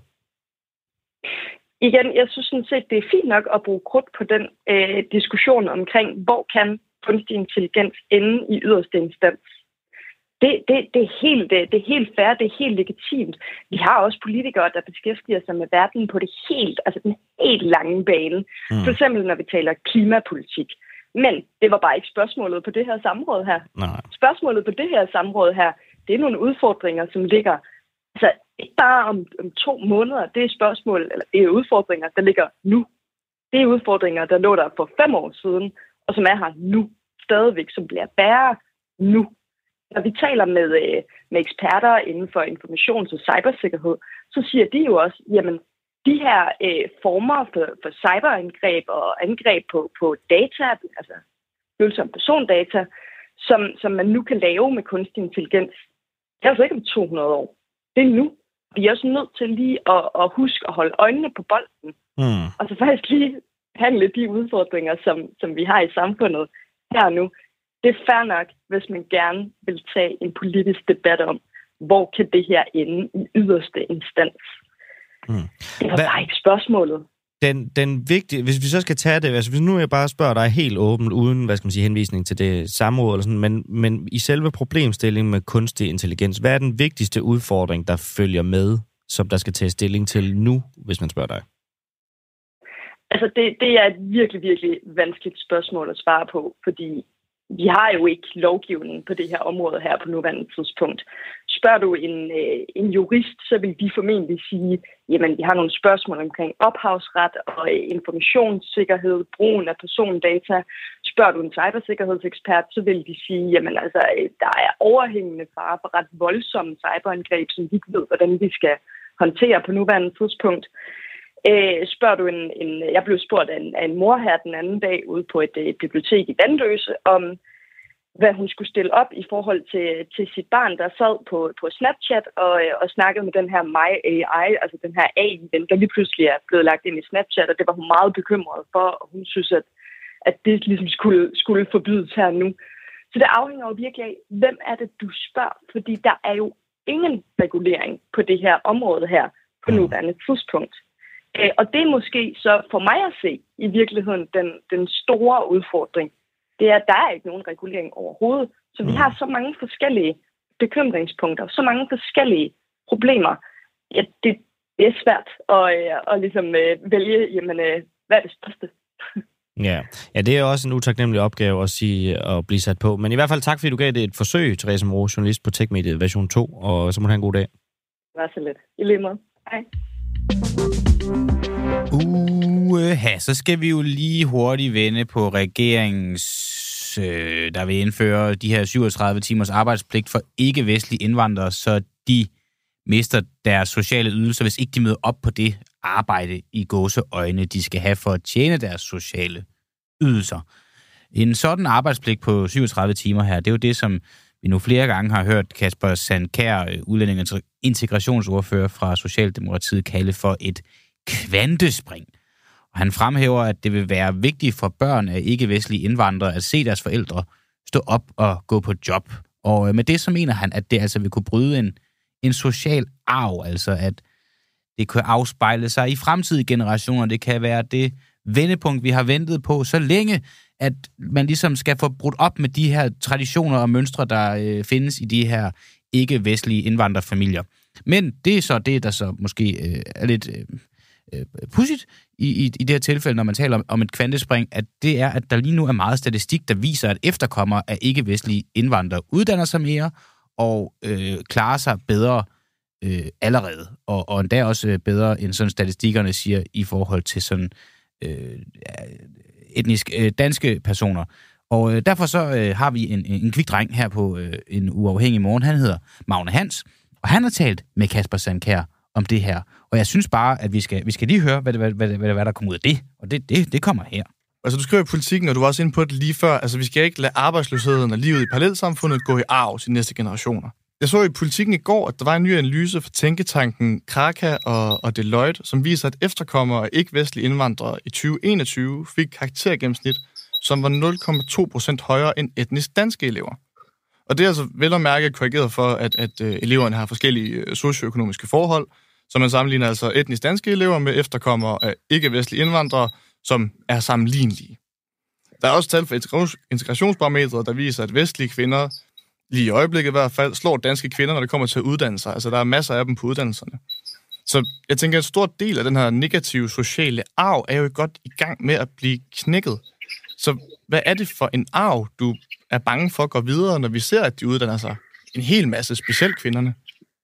Igen, jeg synes sådan set, det er fint nok at bruge krudt på den øh, diskussion omkring, hvor kan kunstig intelligens ende i yderste instans. Det, det, det, er helt, det er helt fair, det er helt legitimt. Vi har også politikere, der beskæftiger sig med verden på det helt, altså den helt lange bane. Mm. For eksempel, når vi taler klimapolitik. Men det var bare ikke spørgsmålet på det her samråd her. Nej. Spørgsmålet på det her samråd her, det er nogle udfordringer, som ligger altså ikke bare om, om to måneder. Det er spørgsmål, eller det er udfordringer, der ligger nu. Det er udfordringer, der lå der for fem år siden, og som er her nu stadigvæk, som bliver bærere nu. Når vi taler med, med eksperter inden for informations- og cybersikkerhed, så siger de jo også, jamen, de her øh, former for, for cyberangreb og angreb på, på data, altså følsom persondata, som, som man nu kan lave med kunstig intelligens, det er altså ikke om to hundrede år. Det er nu. Vi er også nødt til lige at, at huske at holde øjnene på bolden, mm. og så faktisk lige handle de udfordringer, som, som vi har i samfundet her nu. Det er fair nok, hvis man gerne vil tage en politisk debat om, hvor kan det her ende i yderste instans. Mm. Det var Hva? bare ikke spørgsmålet. Den, den vigtige, hvis vi så skal tage det, altså hvis nu jeg bare spørger dig helt åbent, uden, hvad skal man sige, henvisning til det samråd eller sådan, men, men i selve problemstillingen med kunstig intelligens, hvad er den vigtigste udfordring, der følger med, som der skal tages stilling til nu, hvis man spørger dig? Altså det, det er et virkelig, virkelig vanskeligt spørgsmål at svare på, fordi vi har jo ikke lovgivning på det her område her på nuværende tidspunkt. Spørger du en, øh, en jurist, så vil de formentlig sige, jamen vi har nogle spørgsmål omkring ophavsret og øh, informationssikkerhed, brugen af persondata. Spørger du en cybersikkerhedsekspert, så vil de sige, jamen altså øh, der er overhængende fare for ret voldsomme cyberangreb, som vi ikke ved, hvordan vi skal håndtere på nuværende tidspunkt. Øh, spørger du en, en, jeg blev spurgt af en, af en mor her den anden dag ude på et, et bibliotek i Vandløse, om hvad hun skulle stille op i forhold til, til sit barn, der sad på, på Snapchat og, og snakkede med den her My A I, altså den her A I, den der lige pludselig er blevet lagt ind i Snapchat, og det var hun meget bekymret for, og hun synes, at, at det ligesom skulle, skulle forbydes her nu. Så det afhænger jo virkelig af, hvem er det, du spørger, fordi der er jo ingen regulering på det her område her på nuværende tidspunkt. Og det er måske så for mig at se i virkeligheden den, den store udfordring. Det er, at der er ikke nogen regulering overhovedet. Så vi har så mange forskellige bekymringspunkter, så mange forskellige problemer. Ja, det, det er svært at, at ligesom vælge, jamen, hvad er det største? Ja. ja, det er også en utaknemmelig opgave at, sige, at blive sat på. Men i hvert fald tak, fordi du gav det et forsøg, Therese Moe, journalist på TechMediet version to, og så må du have en god dag. Det var så lidt. I lige måde. Hej. Uha, så skal vi jo lige hurtigt vende på regeringens, øh, der vil indføre de her syvogtredive timers arbejdspligt for ikke-vestlige indvandrere, så de mister deres sociale ydelser, hvis ikke de møder op på det arbejde i gåseøjne, de skal have for at tjene deres sociale ydelser. En sådan arbejdspligt på syvogtredive timer her, det er jo det, som vi nu flere gange har hørt Kasper Sandkjær, udlændinge- og integrationsordfører fra Socialdemokratiet, kalde for et kvantespring. Og han fremhæver, at det vil være vigtigt for børn af ikke-vestlige indvandrere at se deres forældre stå op og gå på job. Og med det så mener han, at det altså vil kunne bryde en, en social arv, altså at det kan afspejle sig i fremtidige generationer. Det kan være det vendepunkt, vi har ventet på så længe, at man ligesom skal få brudt op med de her traditioner og mønstre, der øh, findes i de her ikke-vestlige indvandrerfamilier. Men det er så det, der så måske øh, er lidt øh, pudsigt i, i, i det her tilfælde, når man taler om, om et kvantespring, at det er, at der lige nu er meget statistik, der viser, at efterkommere af ikke-vestlige indvandrere uddanner sig mere og øh, klarer sig bedre øh, allerede. Og, og endda også bedre, end sådan statistikkerne siger, i forhold til sådan øh, etnisk øh, danske personer. Og øh, derfor så øh, har vi en, en kvik dreng her på øh, en uafhængig morgen. Han hedder Magne Hans, og han har talt med Kasper Sandkjær om det her. Og jeg synes bare, at vi skal, vi skal lige høre, hvad, hvad, hvad, hvad, hvad der kommer ud af det. Og det, det, det kommer her. Altså, du skriver i Politikken, og du var også inde på det lige før. Altså, vi skal ikke lade arbejdsløsheden og livet i parallelsamfundet gå i arv til næste generationer. Jeg så i Politikken i går, at der var en ny analyse fra tænketanken Kraka og, og Deloitte, som viser, at efterkommere af ikke-vestlige indvandrere i tyve enogtyve fik karaktergennemsnit, som var nul komma to procent højere end etnisk danske elever. Og det er altså vel at mærke korrigeret for, at, at øh, eleverne har forskellige socioøkonomiske forhold, så man sammenligner altså etnisk danske elever med efterkommere af ikke-vestlige indvandrere, som er sammenlignelige. Der er også tal for integrationsbarometret, der viser, at vestlige kvinder, lige i øjeblikket i hvert fald, slår danske kvinder, når det kommer til at uddanne sig. Altså, der er masser af dem på uddannelserne. Så jeg tænker, at en stor del af den her negative sociale arv er jo godt i gang med at blive knækket. Så hvad er det for en arv, du er bange for at gå videre, når vi ser, at de uddanner sig en hel masse, specielt kvinderne?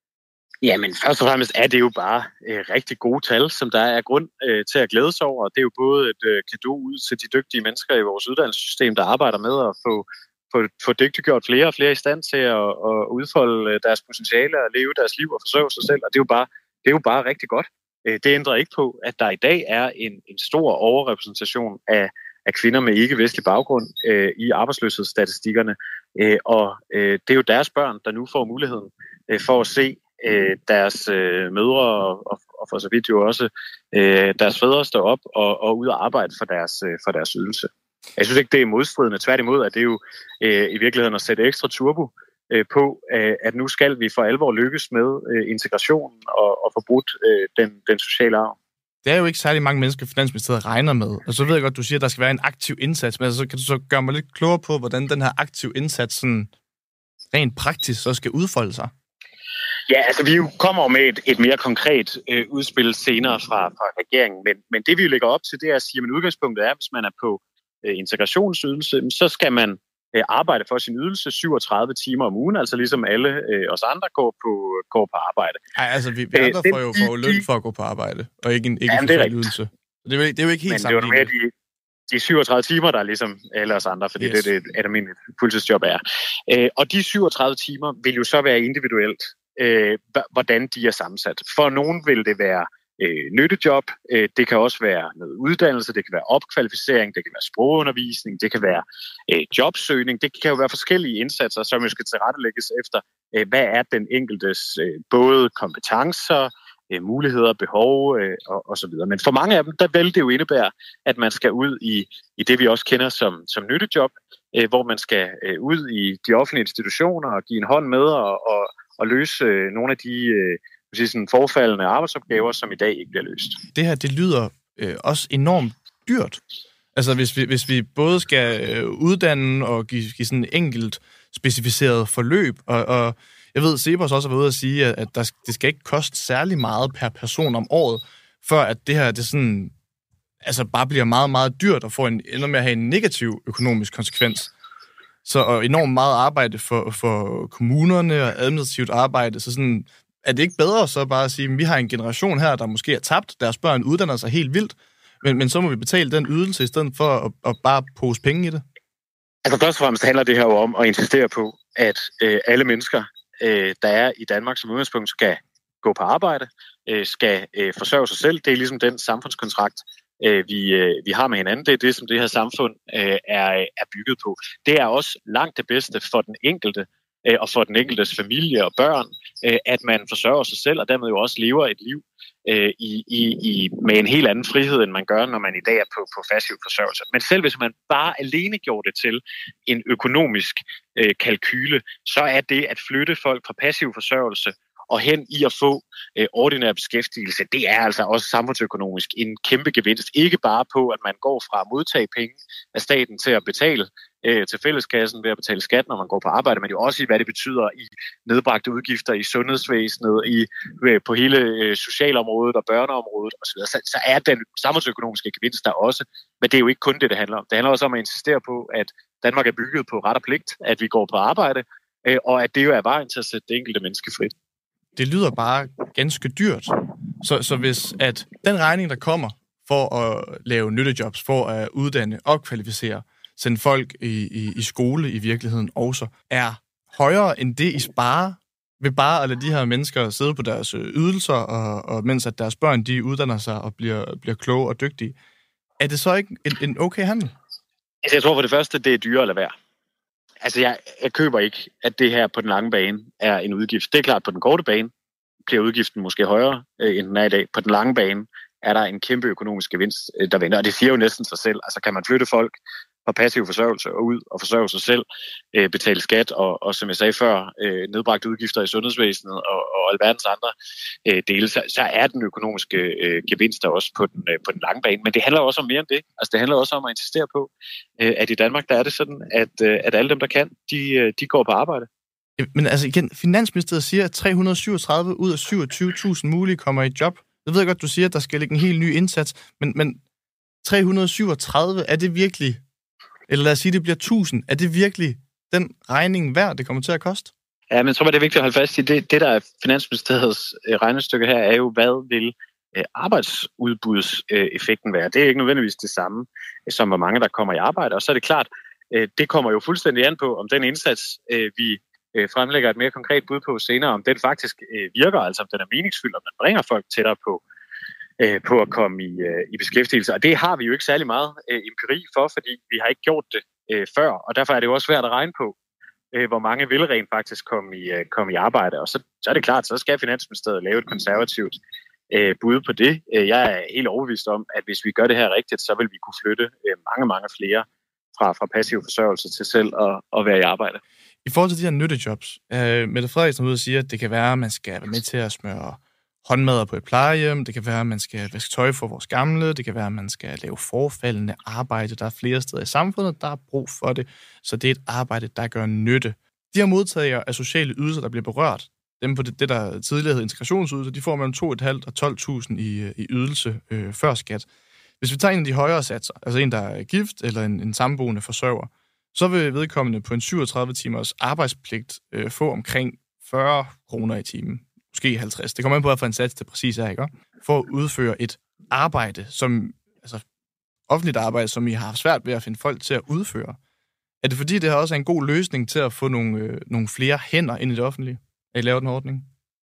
Jamen, først og fremmest er det jo bare øh, rigtig gode tal, som der er grund øh, til at glæde sig over. Det er jo både et øh, cadeau ud til de dygtige mennesker i vores uddannelsessystem, der arbejder med at få, få, få dygtiggjort flere og flere i stand til at, at udfolde deres potentiale og leve deres liv og forsørge sig selv. Og det er jo bare, det er jo bare rigtig godt. Øh, det ændrer ikke på, at der i dag er en, en stor overrepræsentation af, af kvinder med ikke-vestlig baggrund øh, i arbejdsløshedsstatistikkerne. Øh, og øh, det er jo deres børn, der nu får muligheden øh, for at se deres øh, mødre og, og, og for så vidt jo også øh, deres fædre stå op og, og ud og arbejde for deres, øh, for deres ydelse. Jeg synes ikke, det er modstridende. Tværtimod er det jo øh, i virkeligheden at sætte ekstra turbo øh, på, øh, at nu skal vi for alvor lykkes med øh, integrationen og, og få brudt øh, den, den sociale arv. Det er jo ikke særlig mange mennesker, Finansministeriet regner med. Og så ved jeg godt, du siger, at der skal være en aktiv indsats, men altså, så kan du så gøre mig lidt klogere på, hvordan den her aktiv indsats sådan, rent praktisk så skal udfolde sig. Ja, altså vi kommer med et, et mere konkret øh, udspil senere fra, fra regeringen, men, men det vi jo lægger op til, det er at sige, at udgangspunktet er, hvis man er på øh, integrationsydelse, så skal man øh, arbejde for sin ydelse syvogtredive timer om ugen, altså ligesom alle øh, os andre går på, går på arbejde. Nej, altså vi, vi andre øh, får jo får løn for at gå på arbejde, og ikke en ikke jamen, det er ydelse. Det er, jo, det er jo ikke helt men sammen. Det er jo mere de, de syvogtredive timer, der er ligesom alle os andre, fordi yes. det er det, et almindeligt fuldtidsjob er. Øh, og de syvogtredive timer vil jo så være individuelt, Øh, hvordan de er sammensat. For nogen vil det være øh, nyttejob, øh, det kan også være noget uddannelse, det kan være opkvalificering, det kan være sprogundervisning, det kan være øh, jobsøgning, det kan jo være forskellige indsatser, som jo skal tilrettelægges efter, øh, hvad er den enkeltes øh, både kompetencer, øh, muligheder, behov øh, og, og så videre. Men for mange af dem, der vil det jo indebære, at man skal ud i, i det, vi også kender som, som nyttejob, øh, hvor man skal øh, ud i de offentlige institutioner og give en hånd med og, og og løse øh, nogle af de øh, sige sådan forfaldende arbejdsopgaver, som i dag ikke bliver løst. Det her, det lyder øh, også enormt dyrt. Altså hvis vi, hvis vi både skal øh, uddanne og give, give sådan et enkelt specificeret forløb, og, og jeg ved, Cepos også har været ude at sige, at, at der, det skal ikke koste særlig meget per person om året, før at det her, det sådan, altså bare bliver meget, meget dyrt og får en, ender med at have en negativ økonomisk konsekvens. Så og enormt meget arbejde for, for kommunerne og administrativt arbejde. Så sådan, er det ikke bedre så bare at sige, at vi har en generation her, der måske er tabt, deres børn uddanner sig helt vildt, men, men så må vi betale den ydelse i stedet for at, at bare pose penge i det? Altså først og fremmest handler det her jo om at insistere på, at øh, alle mennesker, øh, der er i Danmark som udgangspunkt, skal gå på arbejde, øh, skal øh, forsørge sig selv. Det er ligesom den samfundskontrakt, Vi, vi har med hinanden. Det er det, som det her samfund er, er bygget på. Det er også langt det bedste for den enkelte og for den enkeltes familie og børn, at man forsørger sig selv og dermed jo også lever et liv i, i, i, med en helt anden frihed, end man gør, når man i dag er på, på passiv forsørgelse. Men selv hvis man bare alene gjorde det til en økonomisk kalkyle, så er det at flytte folk fra passiv forsørgelse og hen i at få øh, ordinær beskæftigelse, det er altså også samfundsøkonomisk en kæmpe gevinst. Ikke bare på, at man går fra at modtage penge af staten til at betale øh, til fælleskassen ved at betale skat, når man går på arbejde, men jo også i, hvad det betyder i nedbragte udgifter i sundhedsvæsenet, i, øh, på hele øh, socialområdet og børneområdet osv. Så, så er den samfundsøkonomiske gevinst der også, men det er jo ikke kun det, det handler om. Det handler også om at insistere på, at Danmark er bygget på ret og pligt, at vi går på arbejde, øh, og at det jo er vejen til at sætte det enkelte menneske frit. Det lyder bare ganske dyrt. Så, så hvis at den regning, der kommer for at lave nyttejobs, for at uddanne, opkvalificere, sende folk i, i, i skole i virkeligheden også, er højere end det, I sparer ved bare at lade de her mennesker sidde på deres ydelser, og, og mens at deres børn de uddanner sig og bliver, bliver kloge og dygtige. Er det så ikke en, en okay handel? Altså, jeg tror for det første, det er dyrere at lade være. Altså, jeg, jeg køber ikke, at det her på den lange bane er en udgift. Det er klart, på den korte bane bliver udgiften måske højere, øh, end den er i dag. På den lange bane er der en kæmpe økonomisk gevinst, øh, der venter. Og det siger jo næsten sig selv. Altså, kan man flytte folk fra passiv forsørgelse og ud og forsørge sig selv, øh, betale skat og, og, som jeg sagde før, øh, nedbragte udgifter i sundhedsvæsenet og, og alverdens andre øh, dele, så, så er den økonomiske øh, gevinst der også på den, øh, på den lange bane. Men det handler også om mere end det. Altså, det handler også om at insistere på, øh, at i Danmark, der er det sådan, at, øh, at alle dem, der kan, de, øh, de går på arbejde. Men altså igen, Finansministeriet siger, at tre hundrede og syvogtredive ud af syvogtyve tusind mulige kommer i job. Jeg ved godt, du siger, at der skal ligge en helt ny indsats, men, men tre hundrede og syvogtredive, er det virkelig Eller lad os sige, det bliver tusind. Er det virkelig den regning værd, det kommer til at koste? Ja, men jeg tror, det er vigtigt at holde fast i. Det, det der er Finansministeriets regnestykke her, er jo, hvad vil arbejdsudbudseffekten være. Det er ikke nødvendigvis det samme, som hvor mange der kommer i arbejde. Og så er det klart, det kommer jo fuldstændig an på, om den indsats, vi fremlægger et mere konkret bud på senere, om den faktisk virker, altså om den er meningsfyldt, om den bringer folk tættere på, på at komme i, i beskæftigelse. Og det har vi jo ikke særlig meget empiri for, fordi vi har ikke gjort det før, og derfor er det jo også svært at regne på, hvor mange vil rent faktisk komme i, komme i arbejde. Og så, så er det klart, så skal Finansministeriet lave et konservativt øh, bud på det. Jeg er helt overbevist om, at hvis vi gør det her rigtigt, så vil vi kunne flytte øh, mange, mange flere fra, fra passiv forsørgelse til selv at, at være i arbejde. I forhold til de her nyttejobs, øh, Mette Frederiksen er ude og sige, at det kan være, at man skal være med til at smøre håndmadder på et plejehjem, det kan være, at man skal vaske tøj for vores gamle, det kan være, at man skal lave forfaldende arbejde. Der er flere steder i samfundet, der er brug for det, så det er et arbejde, der gør nytte. De her modtagere af sociale ydelser, der bliver berørt, dem på det, det der tidligere hed integrationsydelser, de får mellem to komma fem og tolv tusind i, i ydelse øh, før skat. Hvis vi tager en af de højere satser, altså en, der er gift eller en, en samboende forsørger, så vil vedkommende på en syvogtredive timers arbejdspligt øh, få omkring fyrre kroner i timen. Måske halvtreds. Det kommer an på, hvad for en sats det præcis er, ikke? For at udføre et arbejde, som, altså offentligt arbejde, som I har haft svært ved at finde folk til at udføre. Er det fordi, det her også er en god løsning til at få nogle, øh, nogle flere hænder ind i det offentlige? At I laver den ordning?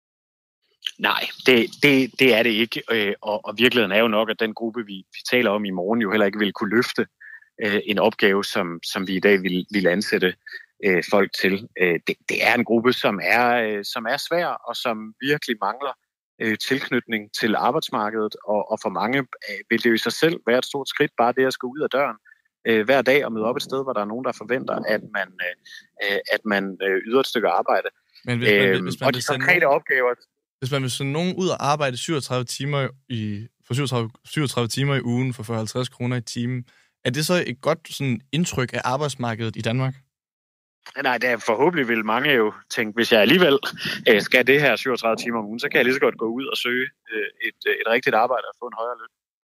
Nej, det, det, det er det ikke. Og, og virkeligheden er jo nok, at den gruppe, vi, vi taler om i morgen, jo heller ikke vil kunne løfte øh, en opgave, som, som vi i dag vil, vil ansætte øh, folk til. Øh, det, det er en gruppe, som er, øh, som er svær, og som virkelig mangler øh, tilknytning til arbejdsmarkedet. Og, og for mange øh, vil det jo i sig selv være et stort skridt, bare det at skulle ud af døren øh, hver dag og møde op et sted, hvor der er nogen, der forventer, at man, øh, at man øh, yder et stykke arbejde. Men hvis man, øh, hvis man og de konkrete nogen, opgaver... Hvis man vil sende nogen ud og arbejde syvogtredive timer i, for syvogtredive, syvogtredive timer i ugen for fyrre til halvtreds kroner i timen, er det så et godt sådan, indtryk af arbejdsmarkedet i Danmark? Nej, det er forhåbentlig vil mange jo tænke, hvis jeg alligevel øh, skal det her syvogtredive timer om ugen, så kan jeg lige så godt gå ud og søge øh, et, et rigtigt arbejde og få en højere løn.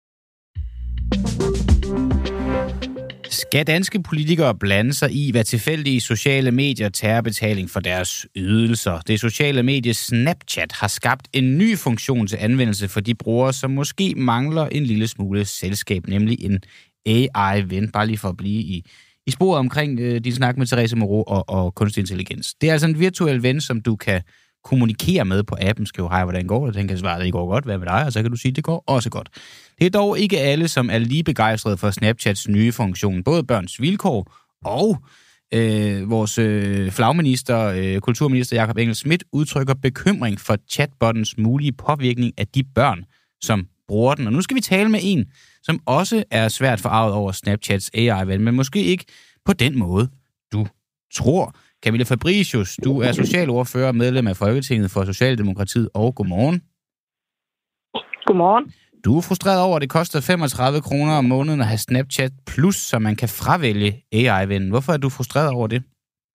Skal danske politikere blande sig i, hvad tilfældige sociale medier tager betaling for deres ydelser? Det sociale medie Snapchat har skabt en ny funktion til anvendelse for de brugere, som måske mangler en lille smule selskab, nemlig en A I-ven, bare lige for at blive i, i sporet omkring øh, din snak med Therese Moreau og, og kunstig intelligens. Det er altså en virtuel ven, som du kan kommunikere med på appen, skriver, hej, hvordan går det? Den kan svare, det går godt, hvad med dig? Og så kan du sige, det går også godt. Det er dog ikke alle, som er lige begejstrede for Snapchats nye funktion. Både Børns Vilkår og øh, vores øh, flagminister, øh, kulturminister Jakob Engel-Schmidt, udtrykker bekymring for chatbottens mulige påvirkning af de børn, som bruger den. Og nu skal vi tale med en, som også er svært forarvet over Snapchats A I-ven, men måske ikke på den måde, du tror. Camilla Fabricius, du er socialordfører og medlem af Folketinget for Socialdemokratiet, og godmorgen. Godmorgen. Du er frustreret over, at det koster femogtredive kroner om måneden at have Snapchat Plus, så man kan fravælge A I-vennen. Hvorfor er du frustreret over det?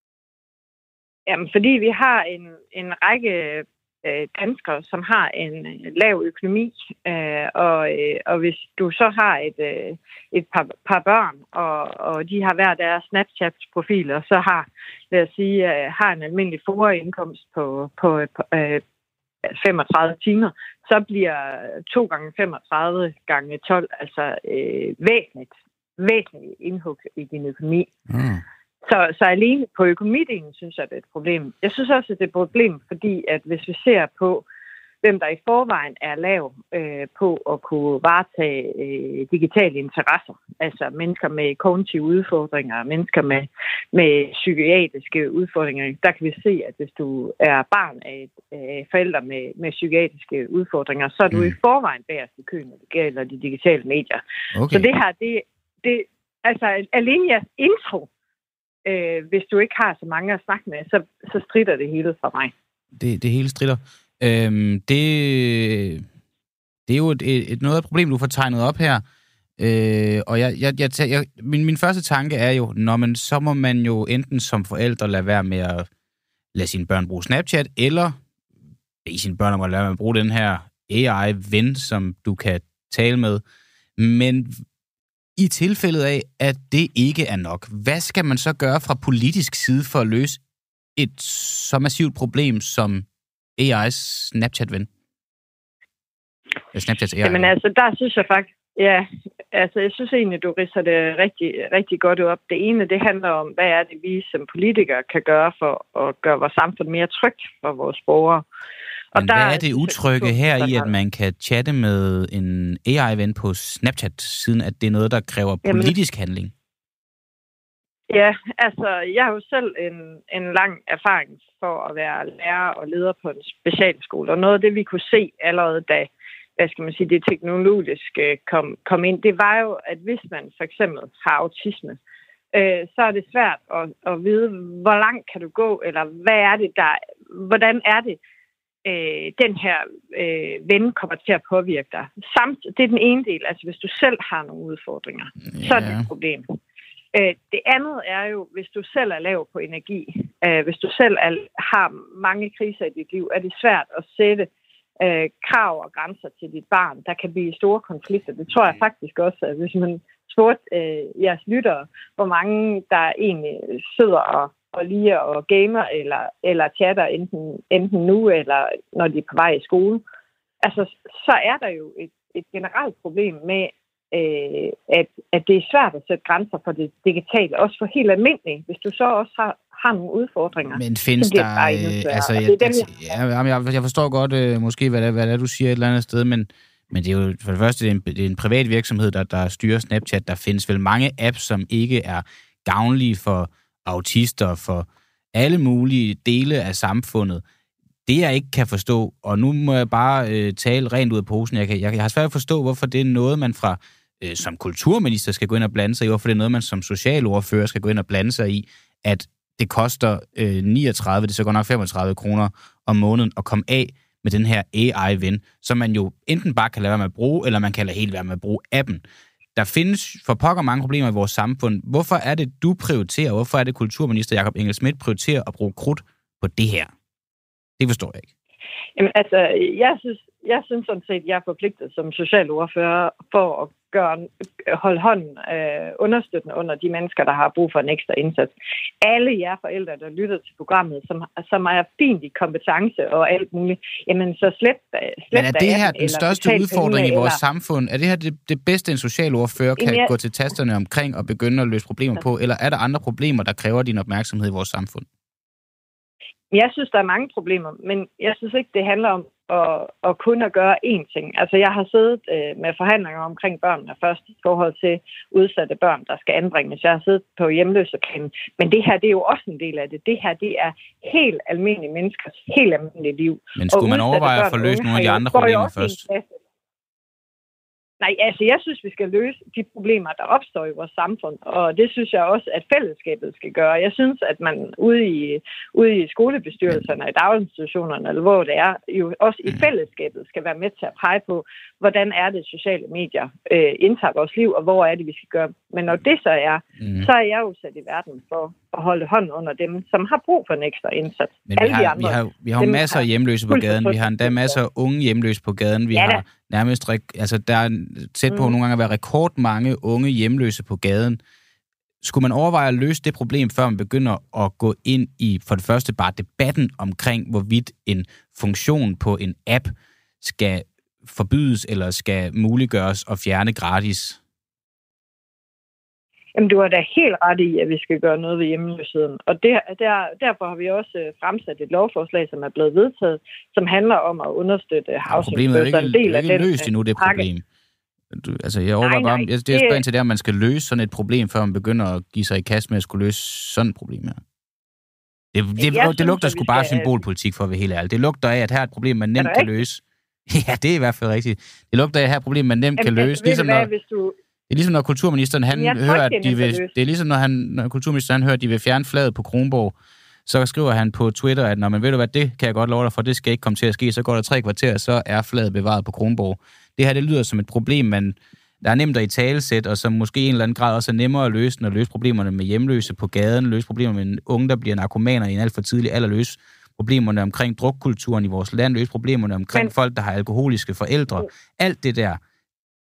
Jamen, fordi vi har en, en række øh, danskere, som har en lav økonomi, øh, og, øh, og hvis du så har et, øh, et par, par børn, og, og de har hver deres Snapchat-profiler, så har, lad os sige, øh, har en almindelig foreindkomst på, på øh, femogtredive timer, så bliver to gange femogtredive gange tolv altså øh, væsentligt, væsentligt indhug i din økonomi. Mm. Så, så alene på økonomidelen synes jeg, det er et problem. Jeg synes også, at det er et problem, fordi at hvis vi ser på, hvem der i forvejen er lav øh, på at kunne varetage øh, digitale interesser, altså mennesker med kognitive udfordringer, mennesker med, med psykiatriske udfordringer, der kan vi se, at hvis du er barn af et øh, forældre med, med psykiatriske udfordringer, så er du mm. i forvejen bagerst i køen, når det gælder de digitale medier. Okay. Så det her, det, det altså alene jeres intro, øh, hvis du ikke har så mange at snakke med, så, så stritter det hele for mig. Det, det hele stritter. Øhm, det, det er jo et, et, et noget af et problem, du får tegnet op her. Øh, og jeg, jeg, jeg, jeg, min, min første tanke er jo, når man, så må man jo enten som forældre lade være med at lade sine børn bruge Snapchat, eller bede sine børn om at lade være med at bruge den her A I-ven, som du kan tale med. Men I tilfældet af, at det ikke er nok, hvad skal man så gøre fra politisk side for at løse et så massivt problem som A I's Snapchat-ven? Snapchats A I. Jamen altså, der synes jeg faktisk, ja, altså jeg synes egentlig, du ridser det rigtig, rigtig godt op. Det ene, det handler om, hvad er det, vi som politikere kan gøre for at gøre vores samfund mere trygt for vores borgere. Men og der hvad er det utrygge her i, at man kan chatte med en A I-ven på Snapchat, siden at det er noget, der kræver politisk Jamen, handling? Ja, altså jeg har jo selv en, en lang erfaring for at være lærer og leder på en specialskole, og noget af det, vi kunne se allerede da, hvad skal man sige, det teknologiske kom, kom ind, det var jo, at hvis man for eksempel har autisme, øh, så er det svært at, at vide, hvor langt kan du gå, eller hvad er det der, hvordan er det, øh, den her øh, ven kommer til at påvirke dig. Samt, det er den ene del, altså hvis du selv har nogle udfordringer, yeah. så er det et problem. Øh, det andet er jo, hvis du selv er lav på energi, øh, hvis du selv er, har mange kriser i dit liv, er det svært at sætte øh, krav og grænser til dit barn. Der kan blive store konflikter. Det tror jeg faktisk også, at hvis man spurgte øh, jeres lyttere, hvor mange der egentlig sidder og, og liger og gamer eller, eller chatter enten, enten nu eller når de er på vej i skole, altså så er der jo et, et generelt problem med, øh, at, at det er svært at sætte grænser for det digitale, også for helt almindeligt, hvis du så også har har nogle udfordringer. Men findes der... Altså, jeg, dem, jeg, jeg, jeg forstår godt øh, måske, hvad det, hvad det er, du siger et eller andet sted, men, men det er jo for det første, det er en, det er en privat virksomhed, der, der styrer Snapchat. Der findes vel mange apps, som ikke er gavnlige for autister, for alle mulige dele af samfundet. Det, jeg ikke kan forstå, og nu må jeg bare øh, tale rent ud af posen, jeg, kan, jeg, jeg har svært at forstå, hvorfor det er noget, man fra øh, som kulturminister skal gå ind og blande sig i, hvorfor det er noget, man som socialordfører skal gå ind og blande sig i, at det koster øh, niogtredive, det er så godt nok femogtredive kroner om måneden at komme af med den her A I-ven, som man jo enten bare kan lade være med at bruge, eller man kan lade helt være med at bruge appen. Der findes for pokker mange problemer i vores samfund. Hvorfor er det, du prioriterer, hvorfor er det kulturminister Jakob Engel-Schmidt prioriterer at bruge krudt på det her? Det forstår jeg ikke. Jamen altså, jeg synes, jeg synes sådan set, at jeg er forpligtet som socialordfører for at gøre, holde hånden øh, understøttende under de mennesker, der har brug for en ekstra indsats. Alle jer forældre, der lytter til programmet, som, som er fint i kompetence og alt muligt, jamen så slet, slet Men er det her den største udfordring i vores eller... samfund? Er det her det, det bedste, en socialordfører kan jeg... gå til tasterne omkring og begynde at løse problemer på? Eller er der andre problemer, der kræver din opmærksomhed i vores samfund? Jeg synes, der er mange problemer, men jeg synes ikke, det handler om at, at kun at gøre én ting. Altså, jeg har siddet øh, med forhandlinger omkring børnene først i forhold til udsatte børn, der skal anbringes. Jeg har siddet på hjemløseplanen, men det her, det er jo også en del af det. Det her, det er helt almindelige menneskers helt almindelige liv. Men skulle man overveje at få løst nogle af de andre problemer først? Nej, altså jeg synes, vi skal løse de problemer, der opstår i vores samfund, og det synes jeg også, at fællesskabet skal gøre. Jeg synes, at man ude i, ude i skolebestyrelserne, i daginstitutionerne, eller hvor det er, jo også i fællesskabet skal være med til at pege på, hvordan er det, sociale medier øh, indtager vores liv, og hvor er det, vi skal gøre. Men når det så er, mm. så er jeg jo sat i verden for at holde hånden under dem, som har brug for en ekstra indsats. Men vi har, andre, vi har, vi har masser af hjemløse på gaden, vi har endda masser af unge hjemløse på gaden, vi ja, har nærmest, altså der er tæt på mm. nogle gange at være rekordmange unge hjemløse på gaden. Skulle man overveje at løse det problem, før man begynder at gå ind i, for det første, bare debatten omkring, hvorvidt en funktion på en app skal forbydes eller skal muliggøres og fjerne gratis? Jamen, du har da helt ret i, at vi skal gøre noget ved hjemløsheden. Og der, der, derfor har vi også fremsat et lovforslag, som er blevet vedtaget, som handler om at understøtte housing. Problemet er ikke, en del af ikke løst endnu, det problem. Du, altså, jeg overvejer bare, jeg, det er spørgsmål til det, om man skal løse sådan et problem, før man begynder at give sig i kast med at skulle løse sådan et problem her. Det, det, det, det, det lugter sgu bare skal... symbolpolitik, for at være helt ærlig. Det lugter af, at her er et problem, man nemt kan løse. Ja, det er i hvert fald rigtigt. Det lugter af, at her er et problem, man nemt Jamen, kan løse. Ligesom når... Hvis du... Det er ligesom når kulturministeren han hører, at de vil, det er ligesom når han når kulturministeren han hører, at de vil fjerne flaget på Kronborg, så skriver han på Twitter, at når man ved du hvad, det kan jeg godt love dig for, det skal ikke komme til at ske, så går der tre kvarter, så er flaget bevaret på Kronborg. Det her, det lyder som et problem, man der er nemt at italesætte, og som måske i en eller anden grad også er nemmere at løse, når løse problemerne med hjemløse på gaden, løse problemer med en unge, der bliver narkomaner i en alt for tidlig alder, løse problemerne omkring drukkulturen i vores land, løse problemerne omkring Men... folk, der har alkoholiske forældre. Alt det der.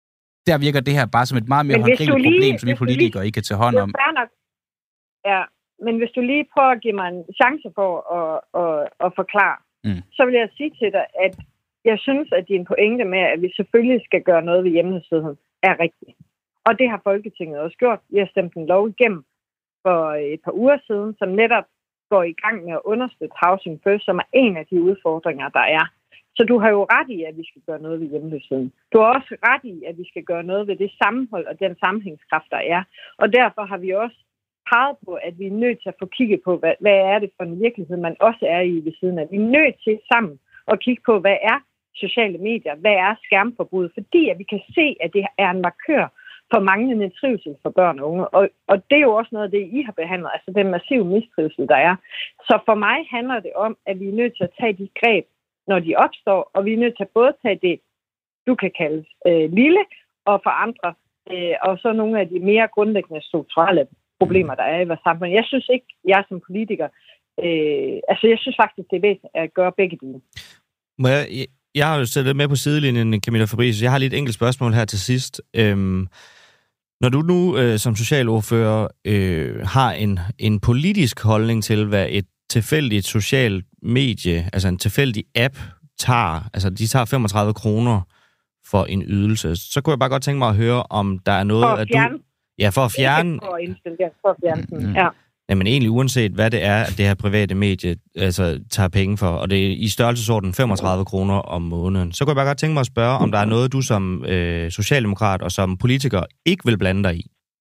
der virker det her bare som et meget mere håndgribeligt problem, som vi politikere lige, ikke kan tage hånd om. Nok, ja, men hvis du lige prøver at give mig en chance for at, at, at forklare, mm. så vil jeg sige til dig, at jeg synes, at din pointe med, at vi selvfølgelig skal gøre noget ved hjemløsheden, er rigtigt. Og det har Folketinget også gjort. Vi har stemt en lov igennem for et par uger siden, som netop går i gang med at understøtte Housing First, som er en af de udfordringer, der er. Så du har jo ret i, at vi skal gøre noget ved hjemløsheden. Du har også ret i, at vi skal gøre noget ved det sammenhold og den sammenhængskraft, der er. Og derfor har vi også peget på, at vi er nødt til at få kigget på, hvad, hvad er det for en virkelighed, man også er i ved siden af. Vi er nødt til sammen at kigge på, hvad er sociale medier, hvad er skærmforbud, fordi at vi kan se, at det er en markør for manglende trivsel for børn og unge. Og, og det er jo også noget af det, I har behandlet, altså den massive mistrivsel, der er. Så for mig handler det om, at vi er nødt til at tage de greb, når de opstår, og vi er nødt til at både tage det, du kan kalde øh, lille, og for andre, øh, og så nogle af de mere grundlæggende strukturelle problemer, der er i vores samfund. Jeg synes ikke, jeg som politiker, øh, altså jeg synes faktisk, det er væsentligt at gøre begge dele. Må jeg, jeg har jo sættet med på sidelinjen, Camilla Fabricius. Jeg har lige et enkelt spørgsmål her til sidst. Øhm, når du nu øh, som socialordfører øh, har en, en politisk holdning til, hvad et tilfældigt socialt medie, altså en tilfældig app, tager, altså de tager femogtredive kroner for en ydelse, så kunne jeg bare godt tænke mig at høre, om der er noget, for at, at du... Ja, for at fjerne... For at indstille, for at fjerne den, ja. Jamen egentlig uanset, hvad det er, at det her private medie altså, tager penge for, og det er i størrelsesorden femogtredive kroner om måneden, så kunne jeg bare godt tænke mig at spørge, om der er noget, du som øh, socialdemokrat og som politiker ikke vil blande dig i?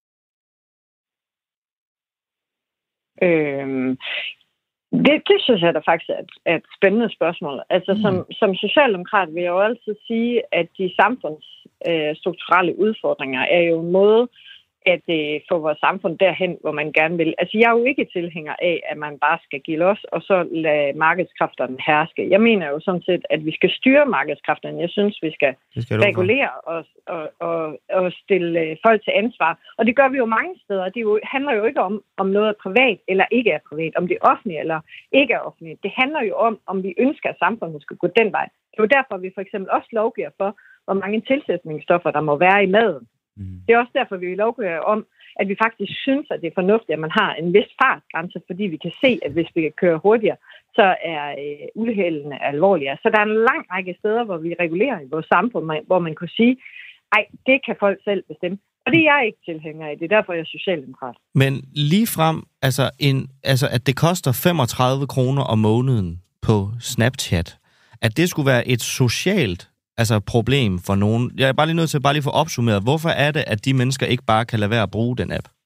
Øhm, det, det synes jeg da faktisk er et, er et spændende spørgsmål. Altså mm. som, som socialdemokrat vil jeg jo altid sige, at de samfundsstrukturelle øh, udfordringer er jo en måde, at øh, få vores samfund derhen, hvor man gerne vil. Altså, jeg er jo ikke tilhænger af, at man bare skal give los, og så lade markedskræfterne herske. Jeg mener jo sådan set, at vi skal styre markedskræfterne. Jeg synes, vi skal, skal regulere og, og, og, og stille øh, folk til ansvar. Og det gør vi jo mange steder. Det jo, handler jo ikke om, om noget er privat eller ikke er privat, om det er offentligt eller ikke er offentligt. Det handler jo om, om vi ønsker, at samfundet skal gå den vej. Det er jo derfor, vi for eksempel også lovgiver for, hvor mange tilsætningsstoffer, der må være i maden. Mm. Det er også derfor, vi lovgiver om, at vi faktisk synes, at det er fornuftigt, at man har en vis fartgrænse, fordi vi kan se, at hvis vi kan køre hurtigere, så er øh, uheldene alvorligere. Så der er en lang række steder, hvor vi regulerer i vores samfund, hvor man kunne sige, ej, det kan folk selv bestemme. Og det er jeg ikke tilhænger af. Det er derfor, jeg er socialdemokrat. Men lige frem, altså, en, altså at det koster femogtredive kroner om måneden på Snapchat, at det skulle være et socialt altså problem for nogen. Jeg er bare lige nødt til at bare lige få opsummeret. Hvorfor er det, at de mennesker ikke bare kan lade være at bruge den app?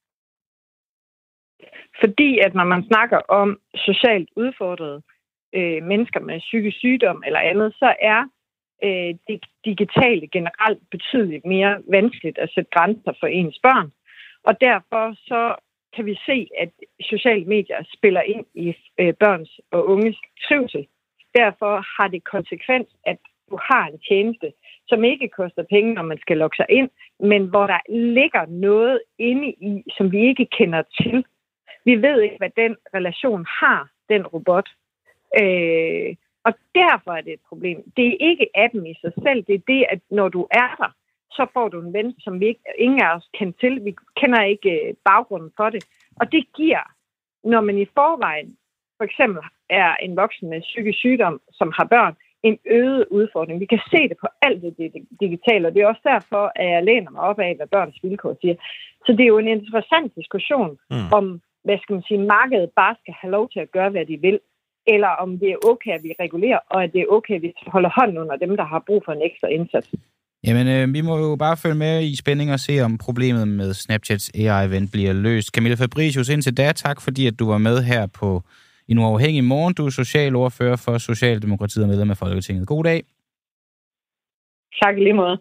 Fordi at når man snakker om socialt udfordrede øh, mennesker med psykisk sygdom eller andet, så er øh, det digitale generelt betydeligt mere vanskeligt at sætte grænser for ens børn. Og derfor så kan vi se, at sociale medier spiller ind i øh, børns og unges trivsel. Derfor har det konsekvens, at du har en tjeneste, som ikke koster penge, når man skal logge sig ind, men hvor der ligger noget inde i, som vi ikke kender til. Vi ved ikke, hvad den relation har, den robot. Øh, og derfor er det et problem. Det er ikke appen i sig selv, det er det, at når du er der, så får du en ven, som vi ikke, ingen af os kender til. Vi kender ikke baggrunden for det. Og det giver, når man i forvejen for eksempel er en voksen med psykisk sygdom, som har børn, en øget udfordring. Vi kan se det på alt det digitale, og det er også derfor, at jeg læner mig op af, hvad børns vilkår siger. Så det er jo en interessant diskussion mm. om, hvad skal man sige, markedet bare skal have lov til at gøre, hvad de vil, eller om det er okay, at vi regulerer, og at det er okay, at vi holder hånden under dem, der har brug for en ekstra indsats. Jamen, øh, vi må jo bare følge med i spænding og se, om problemet med Snapchats A I-event bliver løst. Camilla Fabricius, indtil da, tak fordi, at du var med her på En Uafhængig Morgen. Du er socialordfører for Socialdemokratiet og medlem af Folketinget. God dag. Tak lige måde.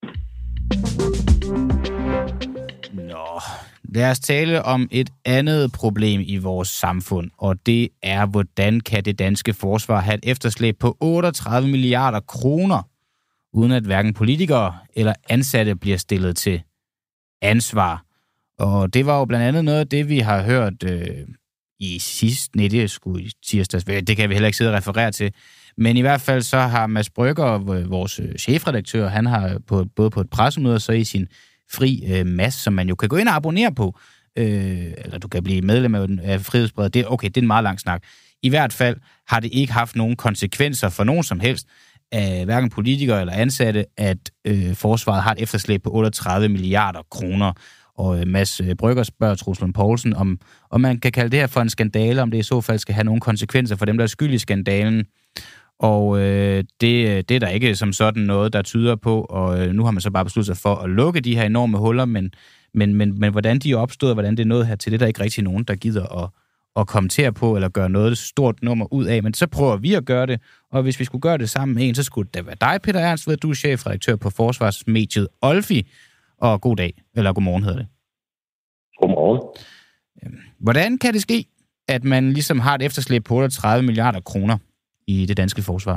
Nå, lad os tale om et andet problem i vores samfund, og det er, hvordan kan det danske forsvar have et efterslæb på otteogtredive milliarder kroner, uden at hverken politikere eller ansatte bliver stillet til ansvar. Og det var jo blandt andet noget af det, vi har hørt øh, i sidste, nej, det er sgu i tirsdags, det kan vi heller ikke sidde og referere til, Men i hvert fald så har Mads Brügger, vores chefredaktør, han har på, både på et pressemøde og så i sin fri øh, Mads, som man jo kan gå ind og abonnere på, øh, eller du kan blive medlem af Frihedsbrevet. Det, okay, det er en meget lang snak. I hvert fald har det ikke haft nogen konsekvenser for nogen som helst, af hverken politikere eller ansatte, at øh, forsvaret har et efterslæb på otteogtredive milliarder kroner. Og øh, Mads Brügger spørger Troels Lund Poulsen, om, om man kan kalde det her for en skandale, om det i så fald skal have nogle konsekvenser for dem, der er skyld i skandalen. Og øh, det, det er der ikke som sådan noget, der tyder på, og øh, nu har man så bare besluttet sig for at lukke de her enorme huller, men, men, men, men hvordan de er opstået, og hvordan det er nået her til, det er der ikke rigtig nogen, der gider at at kommentere på, eller gøre noget stort nummer ud af, men så prøver vi at gøre det, og hvis vi skulle gøre det sammen med en, så skulle det være dig, Peter Ernst, ved du er chefredaktør på forsvarsmediet Olfi, og god dag, eller godmorgen hedder det. Godmorgen. Hvordan kan det ske, at man ligesom har et efterslæb på otteogtredive milliarder kroner i det danske forsvar?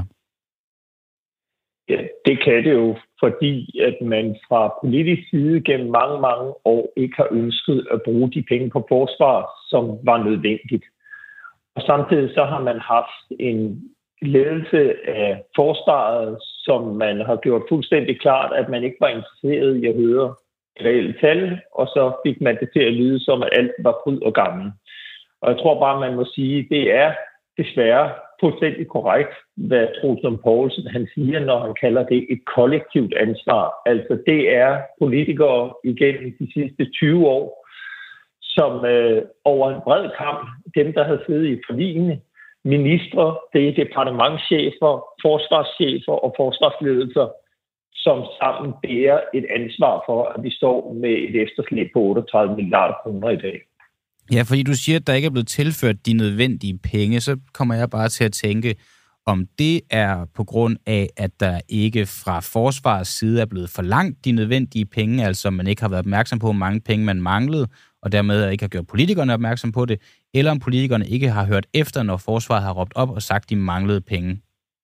Ja, det kan det jo, fordi at man fra politisk side gennem mange, mange år ikke har ønsket at bruge de penge på forsvar, som var nødvendigt. Og samtidig så har man haft en ledelse af forsvaret, som man har gjort fuldstændig klart, at man ikke var interesseret i at høre reelle tal, og så fik man det til at lyde som, at alt var fryd og gammel. Og jeg tror bare, man må sige, at det er desværre fuldstændig korrekt, hvad Troels Lund Poulsen han siger, når han kalder det et kollektivt ansvar. Altså det er politikere igennem de sidste tyve år, som øh, over en bred kamp, dem der har siddet i forligene, ministre, det er departementschefer, forsvarschefer og forsvarsledelser, som sammen bærer et ansvar for, at vi står med et efterslæb på otteogtredive milliarder kroner i dag. Ja, fordi du siger, at der ikke er blevet tilført de nødvendige penge, så kommer jeg bare til at tænke, om det er på grund af, at der ikke fra forsvarets side er blevet forlangt de nødvendige penge, altså man ikke har været opmærksom på, hvor mange penge man manglede, og dermed ikke har gjort politikerne opmærksom på det, eller om politikerne ikke har hørt efter, når forsvaret har råbt op og sagt, at de manglede penge.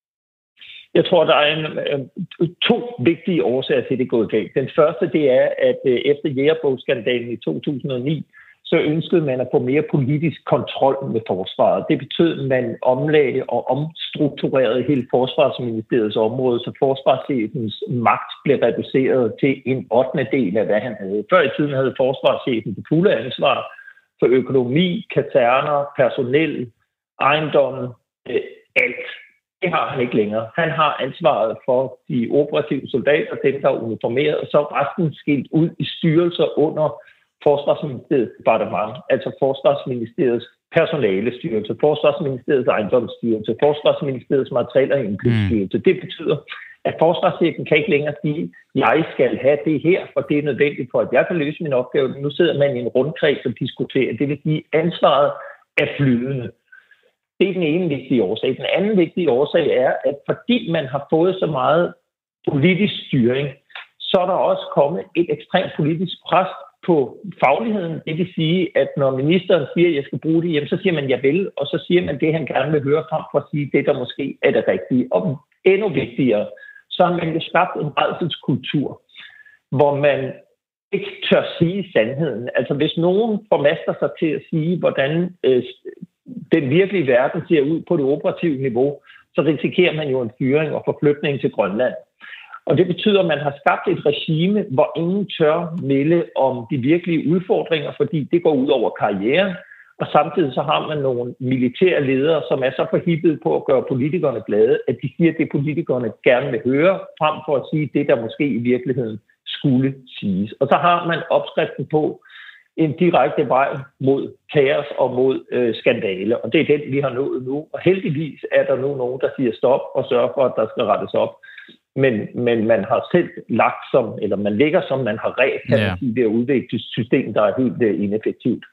Jeg tror, der er en, to vigtige årsager til, at det er gået galt. Den første, det er, at efter Jægerbogsskandalen i to tusind og ni, så ønskede man at få mere politisk kontrol med forsvaret. Det betød, at man omlagde og omstrukturerede hele forsvarsministeriets område, så forsvarschefens magt blev reduceret til en ottende del af, hvad han havde. Før i tiden havde forsvarschefen det fulde ansvar for økonomi, kaserner, personel, ejendommen, øh, alt. Det har han ikke længere. Han har ansvaret for de operative soldater, dem der er uniformeret, og så resten skilt ud i styrelser under Forsvarsministeriets departement, altså Forsvarsministeriets personalestyrelse, Forsvarsministeriets ejendomsstyrelse, Forsvarsministeriets materiel- og indkøbsstyrelse. Mm. Det betyder, at forsvarschefen kan ikke længere sige, at jeg skal have det her, for det er nødvendigt for, at jeg kan løse min opgave. Nu sidder man i en rundkreds og diskuterer. Det vil sige, at ansvaret er flydende. Det er den ene vigtige årsag. Den anden vigtige årsag er, at fordi man har fået så meget politisk styring, så er der også kommet et ekstremt politisk pres på fagligheden. Det vil sige, at når ministeren siger, at jeg skal bruge det, jamen, så siger man, jeg vil, og så siger man det, han gerne vil høre frem for at sige, det der måske er det rigtige. Og endnu vigtigere, så har man jo skabt en rædselskultur, hvor man ikke tør sige sandheden. Altså hvis nogen formaster sig til at sige, hvordan øh, den virkelige verden ser ud på det operative niveau, så risikerer man jo en fyring og forflytning til Grønland. Og det betyder, at man har skabt et regime, hvor ingen tør melde om de virkelige udfordringer, fordi det går ud over karrieren. Og samtidig så har man nogle militære ledere, som er så forhippet på at gøre politikerne glade, at de siger, at det politikerne gerne vil høre, frem for at sige det, der måske i virkeligheden skulle siges. Og så har man opskriften på en direkte vej mod kaos og mod øh, skandale. Og det er den, vi har nået nu. Og heldigvis er der nu nogen, der siger stop og sørger for, at der skal rettes op. Men, men man har selv lagt som, eller man ligger som, man har ret, kan man sige, ved at udvikle et system, der er helt uh, ineffektivt.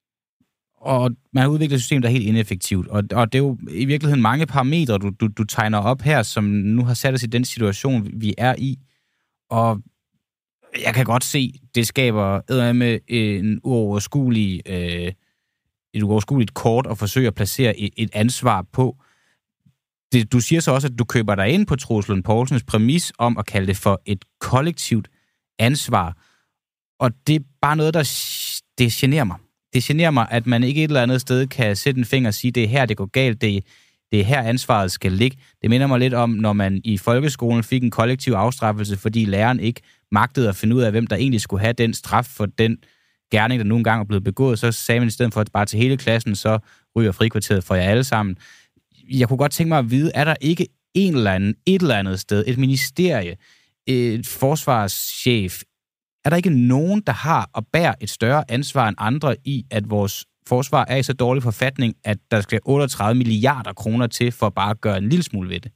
Og man har udviklet et system, der er helt ineffektivt. Og, og det er jo i virkeligheden mange parametre, du, du, du tegner op her, som nu har sat os i den situation, vi er i. Og jeg kan godt se, det skaber med en uoverskuelig, øh, et uoverskueligt kort at forsøge at placere et, et ansvar på. Det, du siger så også, at du køber dig ind på Troels Lund Poulsens præmis om at kalde det for et kollektivt ansvar. Og det er bare noget, der det generer mig. Det generer mig, at man ikke et eller andet sted kan sætte en finger og sige, det er her, det går galt. Det, det er her ansvaret skal ligge. Det minder mig lidt om, når man i folkeskolen fik en kollektiv afstraffelse, fordi læreren ikke magtede at finde ud af, hvem der egentlig skulle have den straf for den gerning, der nu engang er blevet begået. Så sagde man i stedet for at bare til hele klassen, så ryger frikvarteret for jer alle sammen. Jeg kunne godt tænke mig at vide, er der ikke en eller anden, et eller andet sted, et ministerie, et forsvarschef, er der ikke nogen, der har og bærer et større ansvar end andre i, at vores forsvar er i så dårlig forfatning, at der skal otteogtredive milliarder kroner til for bare at gøre en lille smule ved det?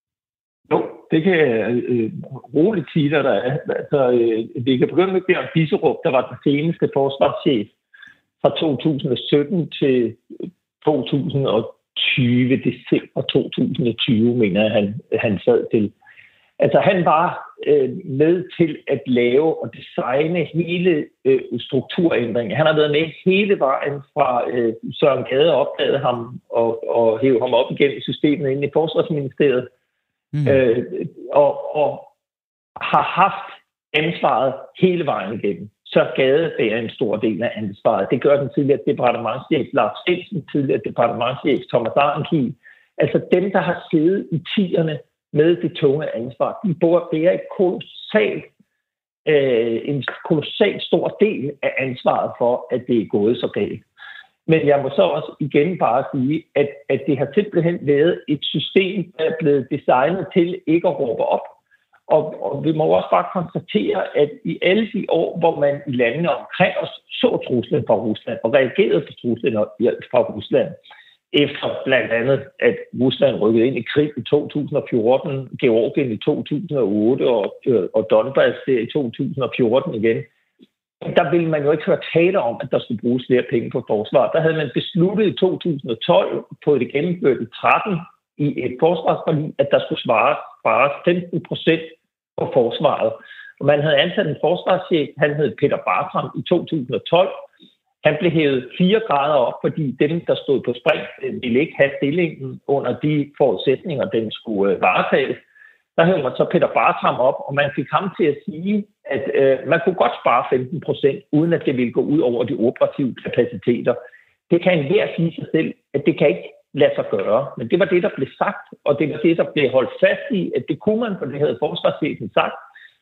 Jo, det kan jeg øh, roligt sige, der er. Altså, øh, vi kan begynde med Bjørn Bisserup, der var den seneste forsvarschef fra to tusind og sytten til to tusind og tyve, december to tusind og tyve, mener jeg, han, han sad til. Altså, han var øh, med til at lave og designe hele øh, strukturændringen. Han har været med hele vejen fra øh, Søren Gade opdagede ham og, og hævde ham op igennem systemet inde i Forsvarsministeriet. Mm. Øh, og, og har haft ansvaret hele vejen igennem. Så Gade bærer en stor del af ansvaret. Det gør den tidligere departementschef Lars Svendsen, tidligere departementschef Thomas Arnkiel. Altså dem, der har siddet i tierne med det tunge ansvar, de bærer et kolossalt, øh, en kolossalt stor del af ansvaret for, at det er gået så galt. Men jeg må så også igen bare sige, at, at det har simpelthen været et system, der er blevet designet til ikke at råbe op. Og, og vi må også bare konstatere, at i alle de år, hvor man i landene omkring os så truslen fra Rusland og reagerede på truslen fra Rusland, efter blandt andet, at Rusland rykkede ind i krig i to tusind og fjorten, Georgien i to tusind og otte og, og Donbass i to tusind og fjorten igen, der ville man jo ikke høre tale om, at der skulle bruges flere penge på forsvar. Der havde man besluttet i to tusind og tolv på det gennemførte tretten i et forsvarsforlig, at der skulle spares, spares femten procent på forsvaret. Og man havde ansat en forsvarschef, han hed Peter Bartram i to tusind og tolv. Han blev hævet fire grader op, fordi dem, der stod på spring, ville ikke have stillingen under de forudsætninger, den skulle varetages. Der hævde man så Peter Bartram op, og man fik ham til at sige, at øh, man kunne godt spare femten procent, uden at det ville gå ud over de operative kapaciteter. Det kan enhver sige sig selv, at det kan ikke lade sig gøre. Men det var det, der blev sagt, og det var det, der blev holdt fast i, at det kunne man, for det havde forsvarschefen sagt.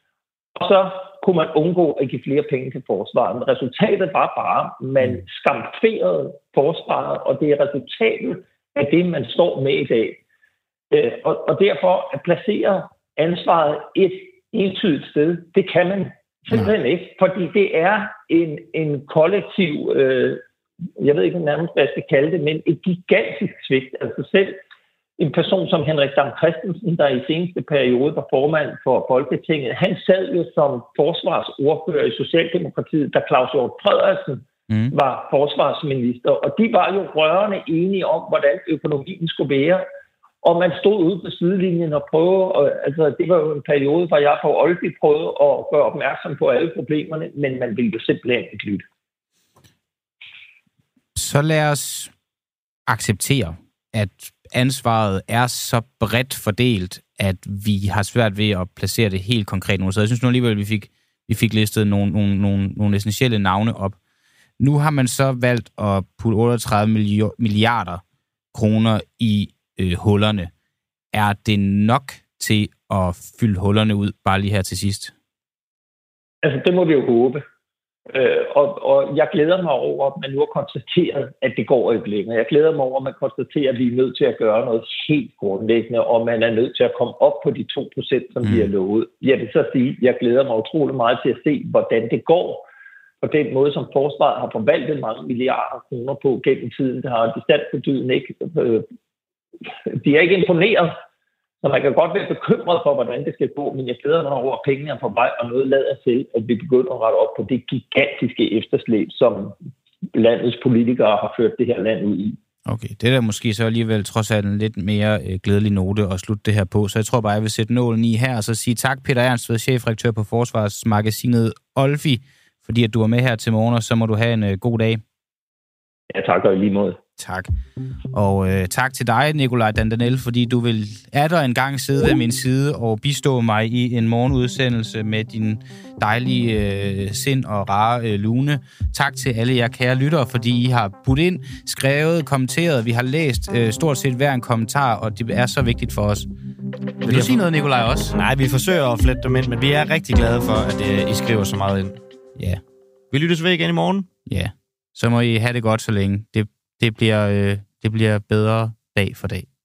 Og så kunne man undgå at give flere penge til forsvaret. Men resultatet var bare, at man skamferede forsvaret, og det er resultatet af det, man står med i dag. Og, og derfor at placere ansvaret et entydigt sted, det kan man simpelthen ikke, fordi det er en, en kollektiv, øh, jeg ved ikke nærmest, hvad jeg skal kalde det, men et gigantisk svigt. Altså selv en person som Henrik Dam Kristensen, der i seneste periode var formand for Folketinget, han sad jo som forsvarsordfører i Socialdemokratiet, da Claus Hjort Frederiksen mm. var forsvarsminister, og de var jo rørende enige om, hvordan økonomien skulle være. Og man stod ude på sidelinjen og prøvede, og, altså det var jo en periode, hvor jeg på Aalby prøvede at gøre opmærksom på alle problemerne, men man ville jo simpelthen ikke lytte. Så lad os acceptere, at ansvaret er så bredt fordelt, at vi har svært ved at placere det helt konkret nu. Så jeg synes nu alligevel, at vi fik, vi fik listet nogle, nogle, nogle, nogle essentielle navne op. Nu har man så valgt at putte otteogtredive milliarder kroner i øh, hullerne. Er det nok til at fylde hullerne ud, bare lige her til sidst? Altså, det må vi jo håbe. Øh, og, og jeg glæder mig over, at man nu har konstateret, at det går ikke længere. Jeg glæder mig over, at man konstaterer, at vi er nødt til at gøre noget helt grundlæggende, og man er nødt til at komme op på de to procent, som mm. vi har lovet. Jeg vil så sige, at jeg glæder mig utrolig meget til at se, hvordan det går på den måde, som forsvaret har forvaltet mange milliarder kroner på gennem tiden. Det har de standsbetydende ikke. Øh, de er ikke imponeret. Så man kan godt være bekymret for, hvordan det skal gå, men jeg glæder mig over, at pengene er på vej, og noget lader til, at vi begynder at rette op på det gigantiske efterslæb, som landets politikere har ført det her land ud i. Okay, det er da måske så alligevel trods alt en lidt mere øh, glædelig note at slutte det her på, så jeg tror bare, jeg vil sætte nålen i her, og så sige tak, Peter Ernst, chefredaktør på Forsvarsmagasinet Olfi, fordi at du er med her til morgen, og så må du have en øh, god dag. Ja, tak og i lige måde. Tak. Og øh, tak til dig, Nikolaj Dandanel, fordi du vil er der engang sidde ved min side og bistå mig i en morgenudsendelse med din dejlige øh, sind og rare øh, lune. Tak til alle jer kære lyttere, fordi I har budt ind, skrevet, kommenteret. Vi har læst øh, stort set hver en kommentar, og det er så vigtigt for os. Vil du sige noget, Nikolaj, også? Nej, vi forsøger at flette dem ind, men vi er rigtig glade for, at øh, I skriver så meget ind. Ja. Vi lyttes ved igen i morgen. Ja. Så må I have det godt så længe. Det, det, bliver, øh, det bliver bedre dag for dag.